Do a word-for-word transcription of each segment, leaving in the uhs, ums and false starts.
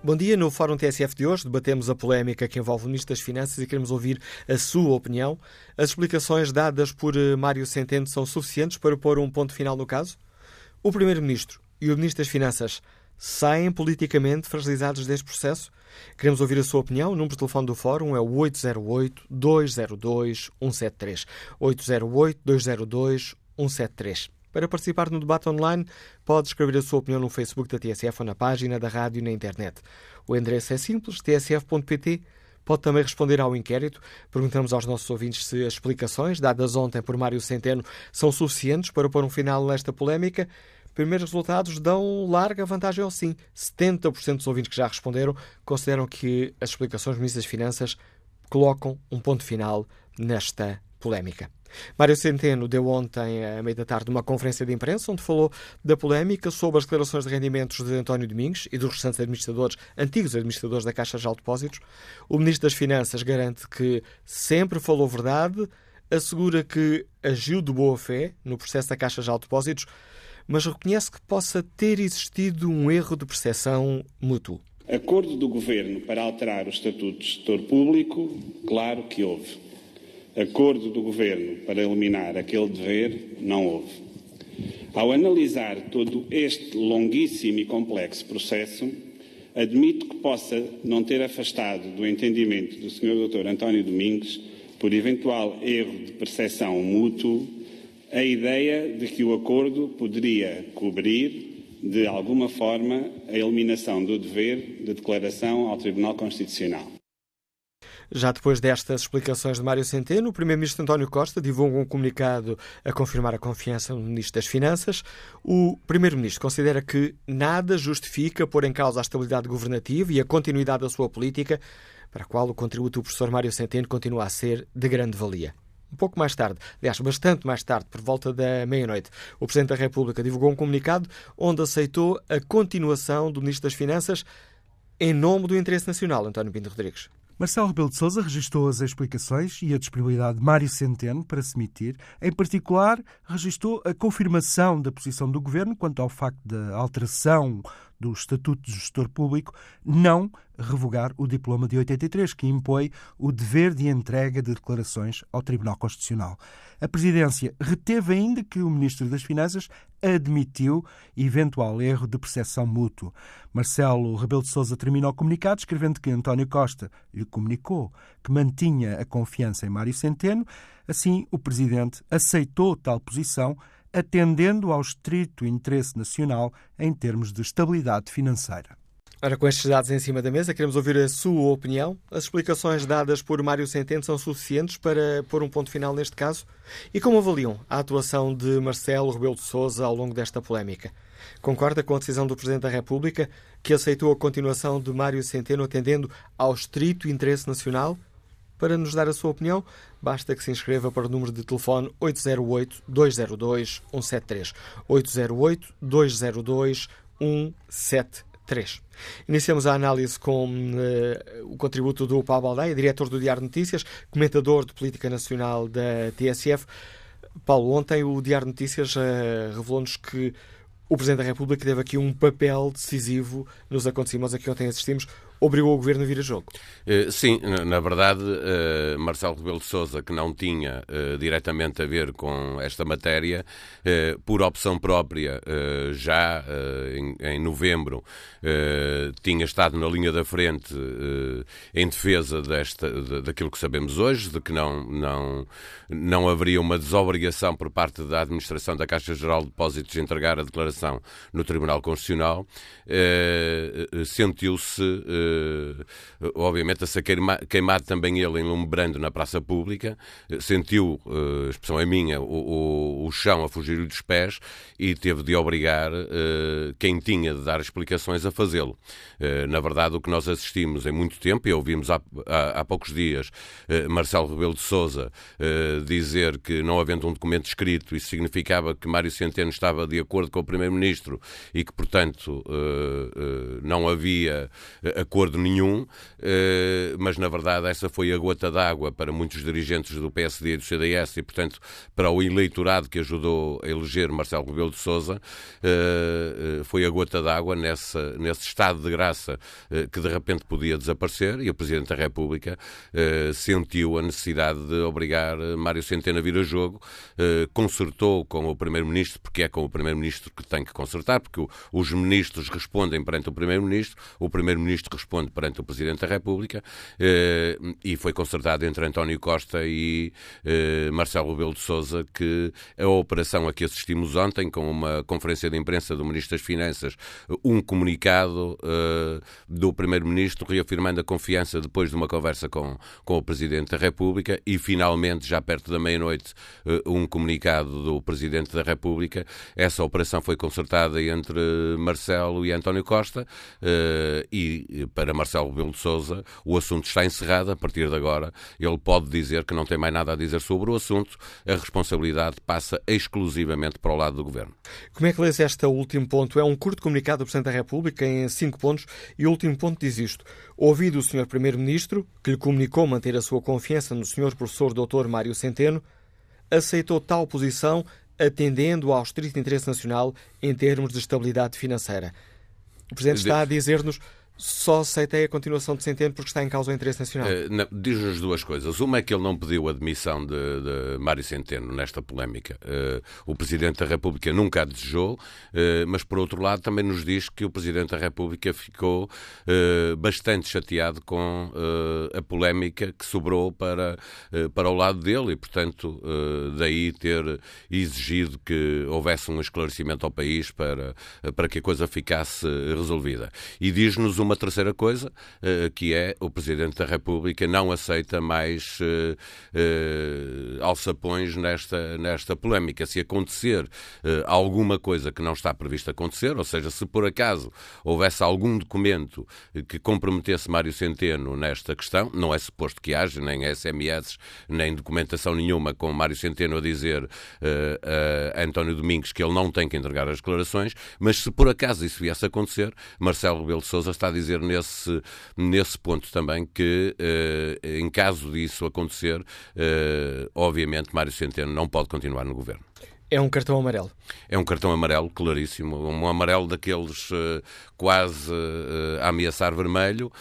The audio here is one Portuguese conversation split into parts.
Bom dia. No Fórum T S F de hoje debatemos a polémica que envolve o Ministro das Finanças e queremos ouvir a sua opinião. As explicações dadas por Mário Centeno são suficientes para pôr um ponto final no caso? O Primeiro-Ministro e o Ministro das Finanças saem politicamente fragilizados deste processo? Queremos ouvir a sua opinião. O número de telefone do Fórum é o oito zero oito, dois zero dois, um sete três. oito zero oito, dois zero dois, um sete três. Para participar no debate online, pode escrever a sua opinião no Facebook da T S F ou na página da rádio e na internet. O endereço é simples, t s f ponto p t. Pode também responder ao inquérito. Perguntamos aos nossos ouvintes se as explicações dadas ontem por Mário Centeno são suficientes para pôr um final nesta polémica. Primeiros resultados dão larga vantagem ao sim. setenta por cento dos ouvintes que já responderam consideram que as explicações do Ministro das Finanças colocam um ponto final nesta polémica. Mário Centeno deu ontem, à meia da tarde, uma conferência de imprensa onde falou da polémica sobre as declarações de rendimentos de António Domingos e dos restantes administradores, antigos administradores da Caixa Geral de Depósitos. O Ministro das Finanças garante que sempre falou verdade, assegura que agiu de boa fé no processo da Caixa Geral de Depósitos, mas reconhece que possa ter existido um erro de percepção mútuo. Acordo do Governo para alterar o Estatuto de Gestor Público, claro que houve. Acordo do Governo para eliminar aquele dever, não houve. Ao analisar todo este longuíssimo e complexo processo, admito que possa não ter afastado do entendimento do senhor doutor António Domingos, por eventual erro de percepção mútuo, a ideia de que o acordo poderia cobrir, de alguma forma, a eliminação do dever de declaração ao Tribunal Constitucional. Já depois destas explicações de Mário Centeno, o Primeiro-Ministro António Costa divulga um comunicado a confirmar a confiança no Ministro das Finanças. O Primeiro-Ministro considera que nada justifica pôr em causa a estabilidade governativa e a continuidade da sua política, para a qual o contributo do professor Mário Centeno continua a ser de grande valia. Um pouco mais tarde, aliás, bastante mais tarde, por volta da meia-noite, o Presidente da República divulgou um comunicado onde aceitou a continuação do Ministro das Finanças em nome do interesse nacional, António Pinto Rodrigues. Marcelo Rebelo de Sousa registou as explicações e a disponibilidade de Mário Centeno para se emitir. Em particular, registou a confirmação da posição do Governo quanto ao facto da alteração do Estatuto de Gestor Público não revogar o diploma de oitenta e três, que impõe o dever de entrega de declarações ao Tribunal Constitucional. A Presidência reteve ainda que o Ministro das Finanças admitiu eventual erro de percepção mútuo. Marcelo Rebelo de Sousa terminou o comunicado escrevendo que António Costa lhe comunicou que mantinha a confiança em Mário Centeno. Assim, o Presidente aceitou tal posição, atendendo ao estrito interesse nacional em termos de estabilidade financeira. Ora, com estes dados em cima da mesa, queremos ouvir a sua opinião. As explicações dadas por Mário Centeno são suficientes para pôr um ponto final neste caso? E como avaliam a atuação de Marcelo Rebelo de Sousa ao longo desta polémica? Concorda com a decisão do Presidente da República, que aceitou a continuação de Mário Centeno atendendo ao estrito interesse nacional? Para nos dar a sua opinião, basta que se inscreva para o número de telefone oito zero oito, dois zero dois, um sete três. oito zero oito, dois zero dois, um sete três. Iniciamos a análise com uh, o contributo do Paulo Baldaia, diretor do Diário de Notícias, comentador de política nacional da T S F. Paulo, ontem o Diário de Notícias uh, revelou-nos que o Presidente da República teve aqui um papel decisivo nos acontecimentos a que ontem assistimos. Obrigou o Governo a vir a jogo? Sim, na verdade, Marcelo Rebelo de Sousa, que não tinha diretamente a ver com esta matéria, por opção própria, já em novembro, tinha estado na linha da frente em defesa desta, daquilo que sabemos hoje, de que não, não, não haveria uma desobrigação por parte da administração da Caixa Geral de Depósitos de entregar a declaração no Tribunal Constitucional. Sentiu-se Uh, obviamente a ser queimado, queimado também ele em lume brando na praça pública, uh, sentiu, uh, a expressão é minha, o, o, o chão a fugir-lhe dos pés e teve de obrigar uh, quem tinha de dar explicações a fazê-lo. Uh, na verdade, o que nós assistimos em muito tempo, e ouvimos há, há, há poucos dias uh, Marcelo Rebelo de Sousa uh, dizer que não havendo um documento escrito, isso significava que Mário Centeno estava de acordo com o Primeiro-Ministro e que, portanto, uh, uh, não havia acordo acordo nenhum, mas na verdade essa foi a gota d'água para muitos dirigentes do P S D e do C D S e, portanto, para o eleitorado que ajudou a eleger Marcelo Rebelo de Sousa, foi a gota d'água nesse, nesse estado de graça que de repente podia desaparecer, e o Presidente da República sentiu a necessidade de obrigar Mário Centeno a vir a jogo, concertou com o Primeiro-Ministro, porque é com o Primeiro-Ministro que tem que concertar, porque os ministros respondem perante o Primeiro-Ministro, o Primeiro-Ministro responde perante o Presidente da República, e foi concertado entre António Costa e Marcelo Rebelo de Sousa que a operação a que assistimos ontem, com uma conferência de imprensa do Ministro das Finanças, um comunicado do Primeiro-Ministro reafirmando a confiança depois de uma conversa com, com o Presidente da República e, finalmente, já perto da meia-noite, um comunicado do Presidente da República. Essa operação foi concertada entre Marcelo e António Costa e, para Marcelo Rebelo de Sousa, o assunto está encerrado. A partir de agora, ele pode dizer que não tem mais nada a dizer sobre o assunto. A responsabilidade passa exclusivamente para o lado do Governo. Como é que lês este último ponto? É um curto comunicado do Presidente da República em cinco pontos e o último ponto diz isto. Ouvido o senhor Primeiro-Ministro, que lhe comunicou manter a sua confiança no senhor Professor doutor Mário Centeno, aceitou tal posição atendendo ao estrito interesse nacional em termos de estabilidade financeira. O Presidente está a dizer-nos só aceitei a continuação de Centeno porque está em causa o interesse nacional. Uh, Diz-nos duas coisas. Uma é que ele não pediu a demissão de, de Mário Centeno nesta polémica. Uh, o Presidente da República nunca a desejou, uh, mas, por outro lado, também nos diz que o Presidente da República ficou uh, bastante chateado com uh, a polémica que sobrou para, uh, para o lado dele e, portanto, uh, daí ter exigido que houvesse um esclarecimento ao país para, uh, para que a coisa ficasse resolvida. E diz-nos uma Uma terceira coisa, que é o Presidente da República não aceita mais uh, uh, alçapões nesta, nesta polémica. Se acontecer uh, alguma coisa que não está prevista acontecer, ou seja, se por acaso houvesse algum documento que comprometesse Mário Centeno nesta questão, não é suposto que haja, nem S M S, nem documentação nenhuma com Mário Centeno a dizer uh, a António Domingos que ele não tem que entregar as declarações, mas se por acaso isso viesse a acontecer, Marcelo Rebelo de Sousa está a dizer nesse, nesse ponto também que, uh, em caso disso acontecer, uh, obviamente Mário Centeno não pode continuar no Governo. É um cartão amarelo. É um cartão amarelo, claríssimo. Um amarelo daqueles uh, quase uh, a ameaçar vermelho.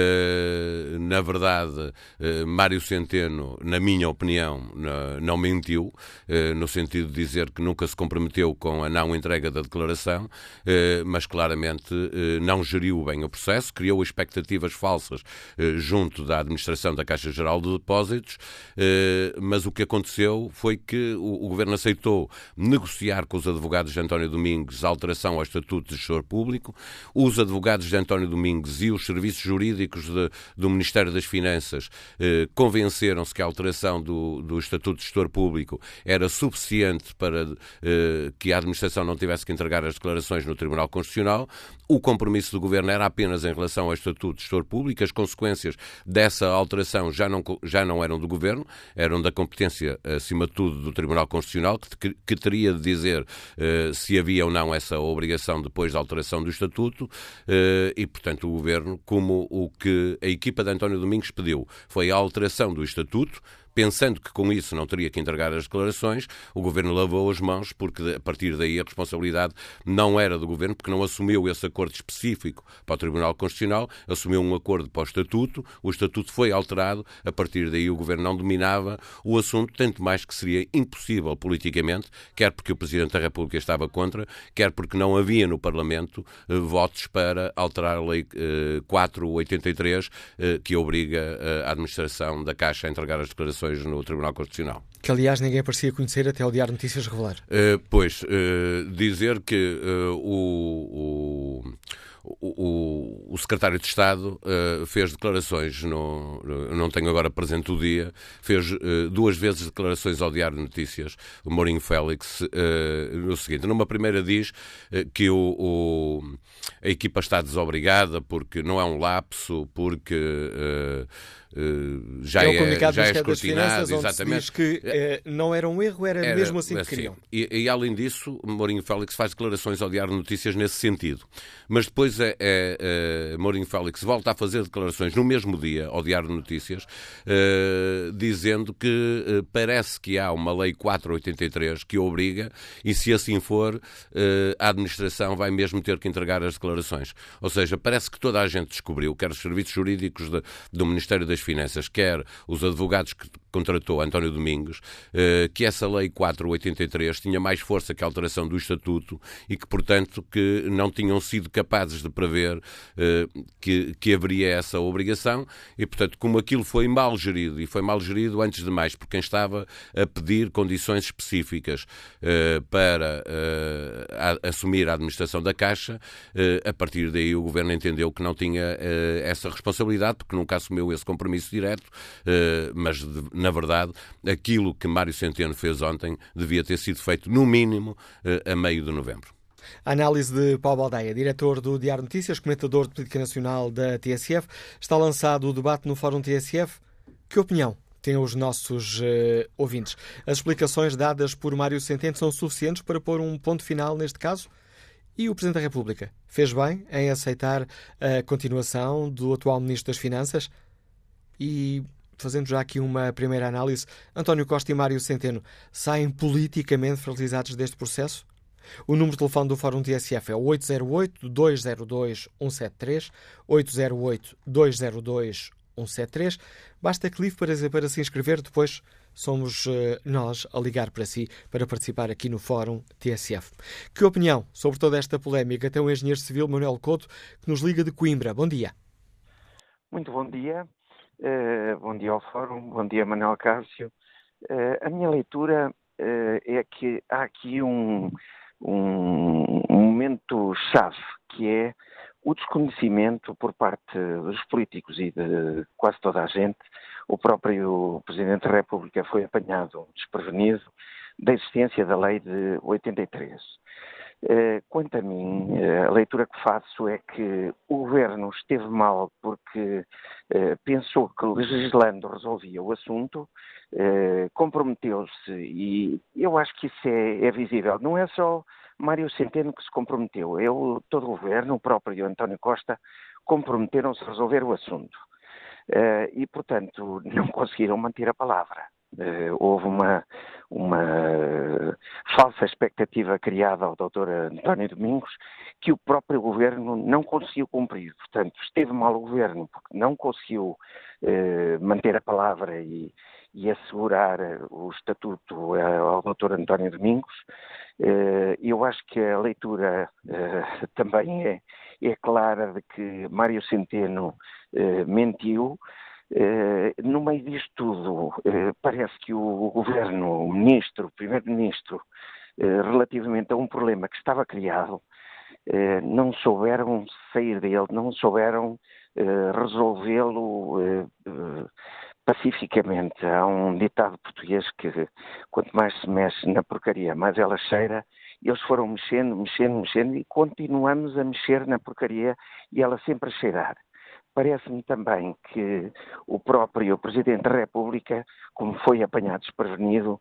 Uh, na verdade, uh, Mário Centeno, na minha opinião, uh, não mentiu, uh, no sentido de dizer que nunca se comprometeu com a não entrega da declaração, uh, mas claramente uh, não geriu bem o processo, criou expectativas falsas uh, junto da administração da Caixa Geral de Depósitos, uh, mas o que aconteceu foi que o, o Governo aceitou negociar com os advogados de António Domingos a alteração ao Estatuto de Gestor Público. Os advogados de António Domingos e os serviços jurídicos de, do Ministério das Finanças eh, convenceram-se que a alteração do, do Estatuto de Gestor Público era suficiente para eh, que a administração não tivesse que entregar as declarações no Tribunal Constitucional. O compromisso do Governo era apenas em relação ao Estatuto de Gestor Público. As consequências dessa alteração já não, já não eram do Governo, eram da competência, acima de tudo, do Tribunal Constitucional, que, que teria de dizer uh, se havia ou não essa obrigação depois da alteração do Estatuto uh, e, portanto, o Governo, como o que a equipa de António Domingos pediu, foi a alteração do Estatuto, pensando que com isso não teria que entregar as declarações, o Governo lavou as mãos, porque a partir daí a responsabilidade não era do Governo, porque não assumiu esse acordo específico para o Tribunal Constitucional, assumiu um acordo para o Estatuto, o Estatuto foi alterado, a partir daí o Governo não dominava o assunto, tanto mais que seria impossível politicamente, quer porque o Presidente da República estava contra, quer porque não havia no Parlamento eh, votos para alterar a Lei eh, quatrocentos e oitenta e três, eh, que obriga eh, a administração da Caixa a entregar as declarações no Tribunal Constitucional. Que, aliás, ninguém parecia conhecer até o Diário Notícias revelar. Uh, pois, uh, dizer que uh, o... o O, o secretário de Estado uh, fez declarações, no, no, não tenho agora presente o dia, fez uh, duas vezes declarações ao Diário de Notícias, o Mourinho Félix, uh, no seguinte. Numa primeira diz uh, que o, o, a equipa está desobrigada porque não é um lapso, porque uh, uh, já é, é, já é escrutinado. Exatamente. Se diz que uh, não era um erro, era, era mesmo assim que assim, queriam. E, e além disso, Mourinho Félix faz declarações ao Diário de Notícias nesse sentido. Mas depois depois é, é, é Mourinho Félix volta a fazer declarações no mesmo dia ao Diário de Notícias, uh, dizendo que uh, parece que há uma lei quatrocentos e oitenta e três que obriga, e se assim for, uh, a administração vai mesmo ter que entregar as declarações. Ou seja, parece que toda a gente descobriu, quer os serviços jurídicos de, do Ministério das Finanças, quer os advogados que contratou António Domingos, uh, que essa lei quatrocentos e oitenta e três tinha mais força que a alteração do Estatuto e que, portanto, que não tinham sido capazes de prever uh, que, que haveria essa obrigação e, portanto, como aquilo foi mal gerido, e foi mal gerido antes de mais por quem estava a pedir condições específicas uh, para uh, a, assumir a administração da Caixa, uh, a partir daí o Governo entendeu que não tinha uh, essa responsabilidade, porque nunca assumiu esse compromisso direto, uh, mas, de, na verdade, aquilo que Mário Centeno fez ontem devia ter sido feito, no mínimo, uh, a meio de novembro. A análise de Paulo Baldeia, diretor do Diário Notícias, comentador de política nacional da T S F. Está lançado o debate no Fórum T S F. Que opinião têm os nossos uh, ouvintes? As explicações dadas por Mário Centeno são suficientes para pôr um ponto final neste caso? E o Presidente da República fez bem em aceitar a continuação do atual Ministro das Finanças? E, fazendo já aqui uma primeira análise, António Costa e Mário Centeno saem politicamente fragilizados deste processo? O número de telefone do Fórum T S F é o oito zero oito, dois zero dois, um sete três, oito zero oito, dois zero dois, um sete três. Basta clique para, para se inscrever, depois somos uh, nós a ligar para si para participar aqui no Fórum T S F. Que opinião sobre toda esta polémica tem o engenheiro civil Manuel Couto, que nos liga de Coimbra. Bom dia. Muito bom dia. Uh, bom dia ao Fórum. Bom dia, Manuel Cássio. Uh, a minha leitura uh, é que há aqui um... Um, um momento-chave, que é o desconhecimento por parte dos políticos e de quase toda a gente. O próprio Presidente da República foi apanhado desprevenido da existência da lei de oitenta e três. Quanto a mim, a leitura que faço é que o Governo esteve mal porque pensou que legislando resolvia o assunto, comprometeu-se, e eu acho que isso é, é visível. Não é só Mário Centeno que se comprometeu, eu, todo o Governo, o próprio António Costa, comprometeram-se a resolver o assunto. E, portanto, não conseguiram manter a palavra. Uh, houve uma, uma falsa expectativa criada ao doutor António Domingos que o próprio Governo não conseguiu cumprir. Portanto, esteve mal o Governo porque não conseguiu uh, manter a palavra e, e assegurar o estatuto ao doutor António Domingos. Uh, eu acho que a leitura uh, também é, é clara de que Mário Centeno uh, mentiu. Uh, no meio disto tudo, uh, parece que o Governo, o Ministro, o Primeiro-Ministro, uh, relativamente a um problema que estava criado, uh, não souberam sair dele, não souberam uh, resolvê-lo uh, uh, pacificamente. Há um ditado português que quanto mais se mexe na porcaria, mais ela cheira. Eles foram mexendo, mexendo, mexendo e continuamos a mexer na porcaria e ela sempre a cheirar. Parece-me também que o próprio Presidente da República, como foi apanhado desprevenido,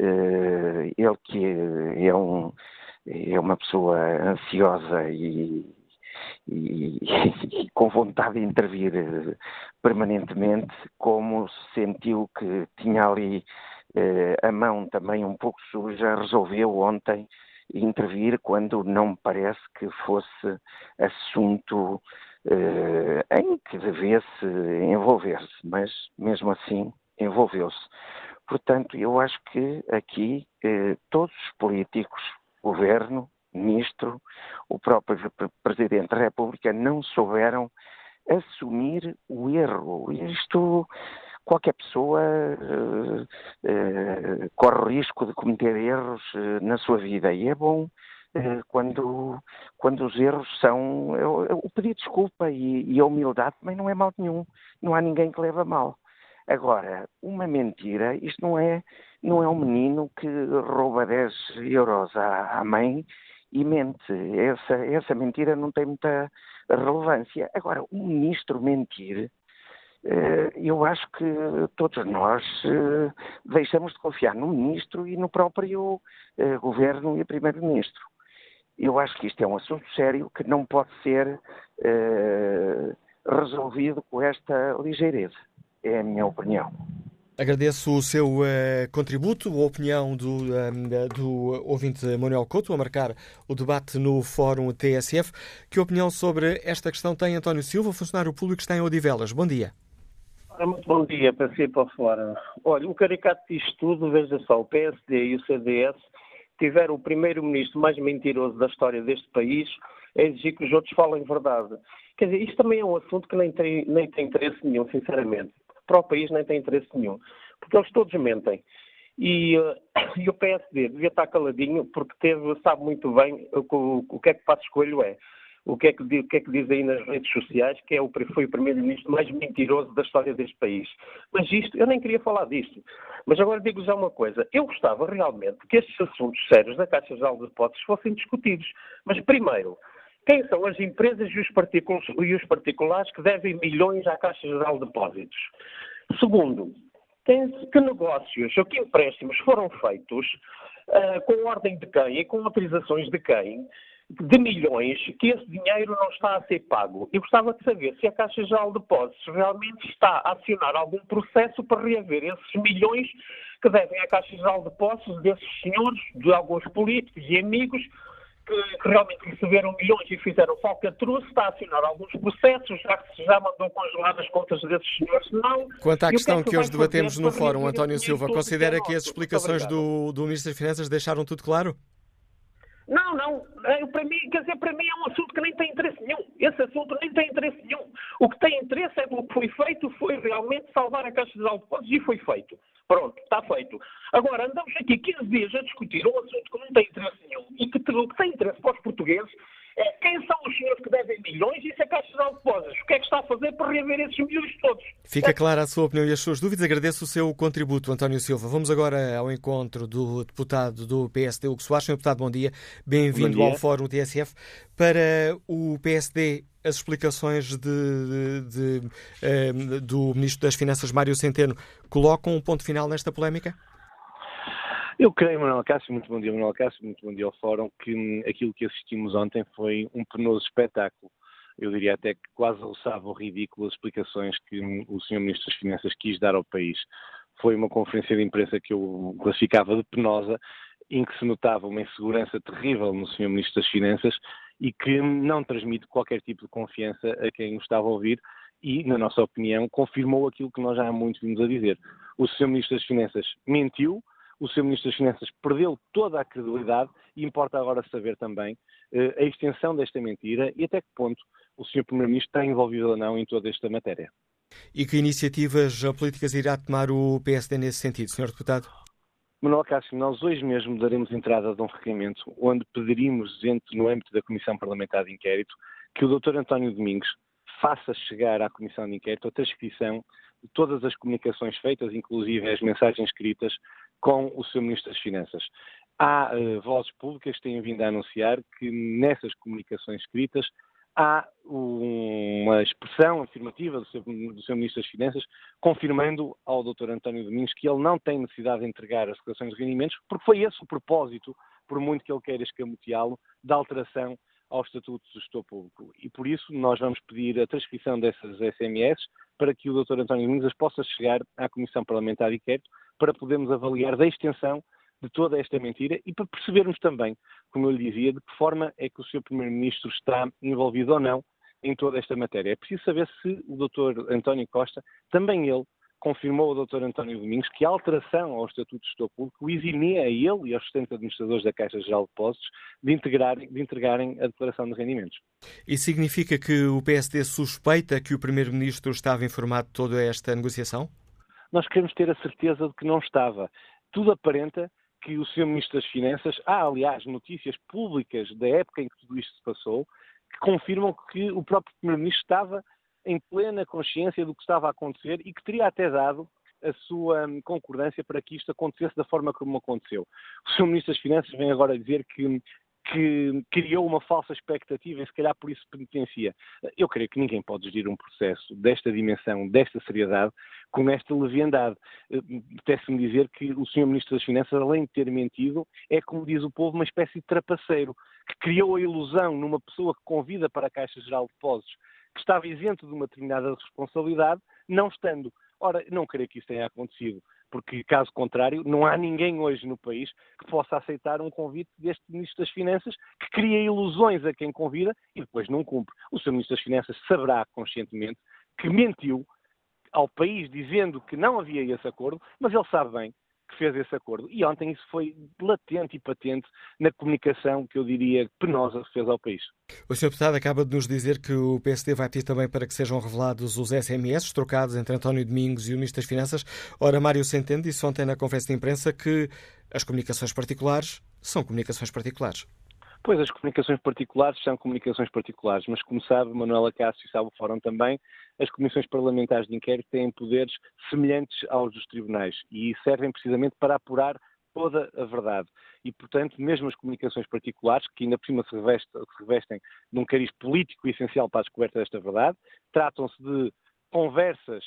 ele que é, um, é uma pessoa ansiosa e, e, e com vontade de intervir permanentemente, como sentiu que tinha ali a mão também um pouco suja, resolveu ontem intervir quando não me parece que fosse assunto Uh, em que devesse envolver-se, mas mesmo assim envolveu-se. Portanto, eu acho que aqui uh, todos os políticos, Governo, Ministro, o próprio Presidente da República não souberam assumir o erro. Isto, qualquer pessoa uh, uh, corre o risco de cometer erros uh, na sua vida e é bom Quando, quando os erros são... O pedir desculpa e, e a humildade também não é mal nenhum. Não há ninguém que leve a mal. Agora, uma mentira, isto não é, não é um menino que rouba dez euros à, à mãe e mente. Essa, essa mentira não tem muita relevância. Agora, um ministro mentir, eu acho que todos nós deixamos de confiar no ministro e no próprio governo e primeiro-ministro. Eu acho que isto é um assunto sério que não pode ser uh, resolvido com esta ligeireza. É a minha opinião. Agradeço o seu uh, contributo, a opinião do, um, do ouvinte Manuel Couto, a marcar o debate no Fórum T S F. Que opinião sobre esta questão tem António Silva, funcionário público que está em Odivelas? Bom dia. Muito bom dia para si e para fora. Olha, o caricato disto tudo, veja só, o P S D e o C D S tiveram o primeiro-ministro mais mentiroso da história deste país a exigir que os outros falem verdade. Quer dizer, isto também é um assunto que nem tem, nem tem interesse nenhum, sinceramente. Para o país nem tem interesse nenhum, porque eles todos mentem. E, uh, e o P S D devia estar caladinho, porque teve, sabe muito bem o, o, o que é que Passos Coelho é. O que é que, o que é que diz aí nas redes sociais, que é o, foi o primeiro-ministro mais mentiroso da história deste país. Mas isto, eu nem queria falar disto. Mas agora digo-lhes já uma coisa. Eu gostava realmente que estes assuntos sérios da Caixa Geral de Depósitos fossem discutidos. Mas primeiro, quem são as empresas e os, particulares, e os particulares que devem milhões à Caixa Geral de Depósitos? Segundo, quem, que negócios ou que empréstimos foram feitos uh, com ordem de quem e com autorizações de quem, de milhões, que esse dinheiro não está a ser pago? Eu gostava de saber se a Caixa Geral de Depósitos realmente está a acionar algum processo para reaver esses milhões que devem à Caixa Geral de Depósitos desses senhores, de alguns políticos e amigos, Que, que realmente receberam milhões e fizeram falcatruz, está a assinar alguns processos, já que se já mandou congelar as contas desses senhores, não. Quanto à questão que, é que que hoje debatemos no Fórum, António Silva, considera que as explicações do, do Ministro das Finanças deixaram tudo claro? Não, não. Para mim, quer dizer, para mim é um assunto que nem tem interesse nenhum. Esse assunto nem tem interesse nenhum. O que tem interesse é que o que foi feito foi realmente salvar a Caixa Geral de Depósitos e foi feito. Pronto, está feito. Agora, andamos aqui quinze dias a discutir um assunto que não tem interesse nenhum e que, que tem interesse para os portugueses. É, quem são os senhores que devem milhões e se a Caixa Geral de Depósitos? O que é que está a fazer para reaver esses milhões todos? Fica é. clara a sua opinião e as suas dúvidas. Agradeço o seu contributo, António Silva. Vamos agora ao encontro do deputado do P S D, Hugo Soares. Senhor deputado, bom dia. Bem-vindo ao Fórum T S F. Para o P S D, as explicações de, de, de, de, do Ministro das Finanças, Mário Centeno, colocam um ponto final nesta polémica? Eu creio, Manuel Cássio, muito bom dia, Manuel Cássio, muito bom dia ao Fórum, que aquilo que assistimos ontem foi um penoso espetáculo. Eu diria até que quase roçava o ridículo as explicações que o senhor Ministro das Finanças quis dar ao país. Foi uma conferência de imprensa que eu classificava de penosa, em que se notava uma insegurança terrível no senhor Ministro das Finanças e que não transmite qualquer tipo de confiança a quem o estava a ouvir e, na nossa opinião, confirmou aquilo que nós já há muito vimos a dizer. O senhor Ministro das Finanças mentiu, o senhor Ministro das Finanças perdeu toda a credibilidade e importa agora saber também eh, a extensão desta mentira e até que ponto o senhor Primeiro-Ministro está envolvido ou não em toda esta matéria. E que iniciativas políticas irá tomar o P S D nesse sentido, senhor Deputado? Manuel Cássio, nós hoje mesmo daremos entrada de um requerimento onde pediríamos, dentro, no âmbito da Comissão Parlamentar de Inquérito, que o doutor António Domingos faça chegar à Comissão de Inquérito a transcrição de todas as comunicações feitas, inclusive as mensagens escritas, com o seu Ministro das Finanças. Há uh, vozes públicas que têm vindo a anunciar que nessas comunicações escritas há uma expressão afirmativa do seu, do seu Ministro das Finanças confirmando ao doutor António Domingos que ele não tem necessidade de entregar as declarações de rendimentos, porque foi esse o propósito, por muito que ele queira escamoteá-lo, da alteração ao Estatuto do Gestor Público. E por isso nós vamos pedir a transcrição dessas S M S para que o doutor António Domingos as possa chegar à Comissão Parlamentar de Inquérito para podermos avaliar da extensão de toda esta mentira e para percebermos também, como eu lhe dizia, de que forma é que o senhor Primeiro-Ministro está envolvido ou não em toda esta matéria. É preciso saber se o doutor António Costa, também ele, confirmou ao doutor António Domingos que a alteração ao Estatuto de Gestor Público o eximia a ele e aos restantes administradores da Caixa Geral de Depósitos de, integrarem, de entregarem a declaração de rendimentos. Isso significa que o P S D suspeita que o Primeiro-Ministro estava informado de toda esta negociação? Nós queremos ter a certeza de que não estava. Tudo aparenta que o senhor Ministro das Finanças, há aliás notícias públicas da época em que tudo isto se passou, que confirmam que o próprio Primeiro-Ministro estava em plena consciência do que estava a acontecer e que teria até dado a sua concordância para que isto acontecesse da forma como aconteceu. O senhor Ministro das Finanças vem agora dizer que, que criou uma falsa expectativa e se calhar por isso penitencia. Eu creio que ninguém pode gerir um processo desta dimensão, desta seriedade, com esta leviandade. Apetece-me dizer que o senhor Ministro das Finanças, além de ter mentido, é, como diz o povo, uma espécie de trapaceiro. que criou a ilusão numa pessoa que convida para a Caixa Geral de Depósitos que estava isento de uma determinada responsabilidade, não estando. Ora, não creio que isso tenha acontecido, porque, caso contrário, não há ninguém hoje no país que possa aceitar um convite deste Ministro das Finanças, que cria ilusões a quem convida e depois não cumpre. O senhor Ministro das Finanças saberá conscientemente que mentiu ao país dizendo que não havia esse acordo, mas ele sabe bem que fez esse acordo. E ontem isso foi latente e patente na comunicação, que eu diria penosa, que fez ao país. O senhor Deputado acaba de nos dizer que o P S D vai pedir também para que sejam revelados os S M S trocados entre António Domingos e o Ministro das Finanças. Ora, Mário Centeno disse ontem na conferência de imprensa que as comunicações particulares são comunicações particulares. Pois, as comunicações particulares são comunicações particulares, mas como sabe, Manuela Cássio e sabe o Fórum também, as comissões parlamentares de inquérito têm poderes semelhantes aos dos tribunais e servem precisamente para apurar toda a verdade. E, portanto, mesmo as comunicações particulares, que ainda por cima se revestem, se revestem de um cariz político essencial para a descoberta desta verdade, tratam-se de conversas,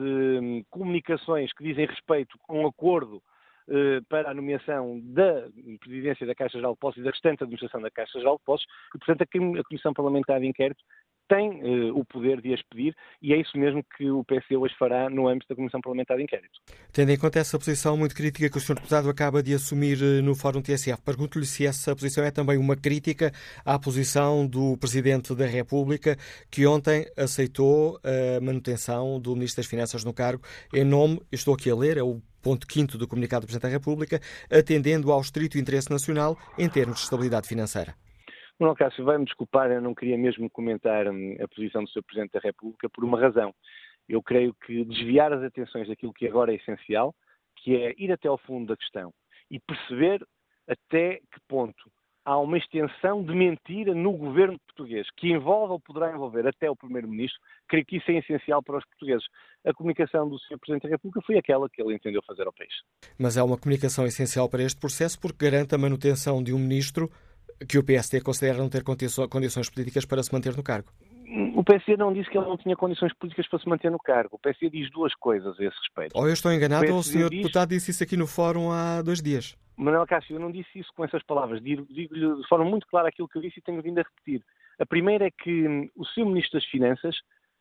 de comunicações que dizem respeito a um acordo para a nomeação da presidência da Caixa Geral de Depósitos e da restante administração da Caixa Geral de Depósitos, e, portanto, a Comissão Parlamentar de Inquérito tem uh, o poder de as pedir e é isso mesmo que o P S D hoje fará no âmbito da Comissão Parlamentar de Inquérito. Tendo em conta essa posição muito crítica que o senhor Deputado acaba de assumir no Fórum T S F, pergunto-lhe se essa posição é também uma crítica à posição do Presidente da República, que ontem aceitou a manutenção do Ministro das Finanças no cargo em nome, estou aqui a ler, é o ponto quinto do comunicado do Presidente da República, atendendo ao estrito interesse nacional em termos de estabilidade financeira. Manuel Cássio, vai-me desculpar, eu não queria mesmo comentar a posição do senhor Presidente da República por uma razão. Eu creio que desviar as atenções daquilo que agora é essencial, que é ir até ao fundo da questão e perceber até que ponto há uma extensão de mentira no governo português, que envolve ou poderá envolver até o Primeiro-Ministro. Creio que isso é essencial para os portugueses. A comunicação do senhor Presidente da República foi aquela que ele entendeu fazer ao país. Mas é uma comunicação essencial para este processo porque garante a manutenção de um Ministro que o P S D considera não ter condições políticas para se manter no cargo. O P S D não disse que ele não tinha condições políticas para se manter no cargo. O P S D diz duas coisas a esse respeito. Ou eu estou enganado ou o senhor diz... Deputado disse isso aqui no Fórum há dois dias. Manuel Cássio, eu não disse isso com essas palavras. Digo-lhe de forma muito clara aquilo que eu disse e tenho vindo a repetir. A primeira é que o senhor Ministro das Finanças,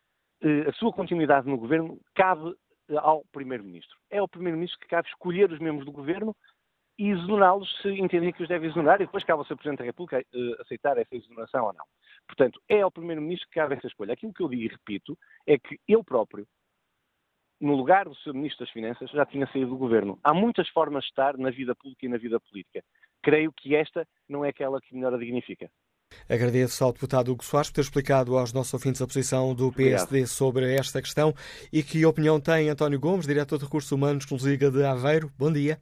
a sua continuidade no governo, cabe ao Primeiro-Ministro. É ao Primeiro-Ministro que cabe escolher os membros do governo e exonerá-los se entenderem que os devem exonerar e depois cabe ao senhor Presidente da República uh, aceitar essa exoneração ou não. Portanto, é ao Primeiro-Ministro que cabe essa escolha. Aquilo que eu digo e repito é que eu próprio, no lugar do senhor Ministro das Finanças, já tinha saído do Governo. Há muitas formas de estar na vida pública e na vida política. Creio que esta não é aquela que melhor a dignifica. Agradeço ao deputado Hugo Soares por ter explicado aos nossos ouvintes a posição do P S D Obrigado. Sobre esta questão. E que opinião tem António Gomes, diretor de Recursos Humanos que nos liga de Aveiro. Bom dia.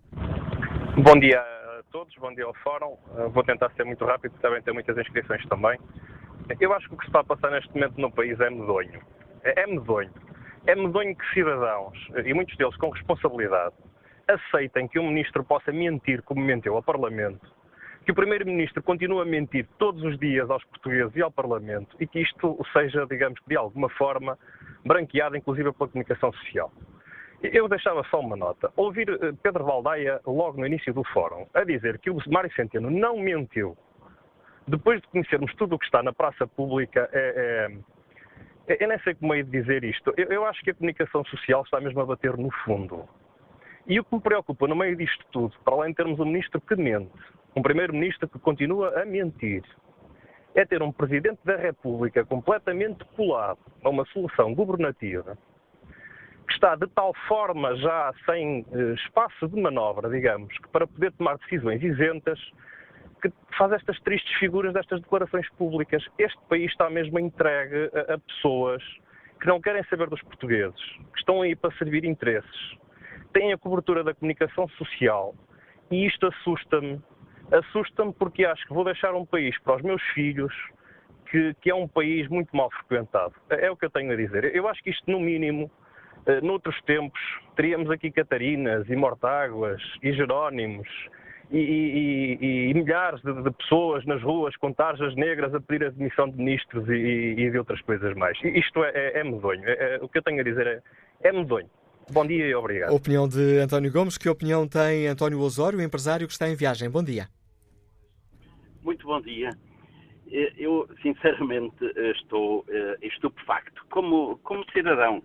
Bom dia a todos, bom dia ao Fórum. Vou tentar ser muito rápido, porque devem ter muitas inscrições também. Eu acho que o que se está a passar neste momento no país é medonho. É medonho. É medonho que cidadãos, e muitos deles com responsabilidade, aceitem que um ministro possa mentir como mentiu ao Parlamento, que o Primeiro-Ministro continue a mentir todos os dias aos portugueses e ao Parlamento e que isto seja, digamos, de alguma forma branqueado, inclusive pela comunicação social. Eu deixava só uma nota. Ouvir Pedro Baldaia, logo no início do Fórum, a dizer que o Mário Centeno não mentiu, depois de conhecermos tudo o que está na praça pública, é, é, eu nem sei como é de dizer isto. Eu, eu acho que a comunicação social está mesmo a bater no fundo. E o que me preocupa no meio disto tudo, para além de termos um ministro que mente, um primeiro-ministro que continua a mentir, é ter um presidente da República completamente colado a uma solução governativa, que está de tal forma já sem eh, espaço de manobra, digamos, que para poder tomar decisões isentas, que faz estas tristes figuras destas declarações públicas. Este país está mesmo entregue a, a pessoas que não querem saber dos portugueses, que estão aí para servir interesses, têm a cobertura da comunicação social e isto assusta-me. Assusta-me porque acho que vou deixar um país para os meus filhos que, que é um país muito mal frequentado. É, é o que eu tenho a dizer. Eu acho que isto, no mínimo, Uh, noutros tempos, teríamos aqui Catarinas e Mortáguas e Jerónimos e, e, e, e milhares de, de pessoas nas ruas com tarjas negras a pedir a demissão de ministros e, e de outras coisas mais. Isto é, é, é medonho. É, é, o que eu tenho a dizer é, é medonho. Bom dia e obrigado. A opinião de António Gomes. Que opinião tem António Osório, empresário que está em viagem? Bom dia. Muito bom dia. Eu, sinceramente, estou estupefacto. Como, como cidadão,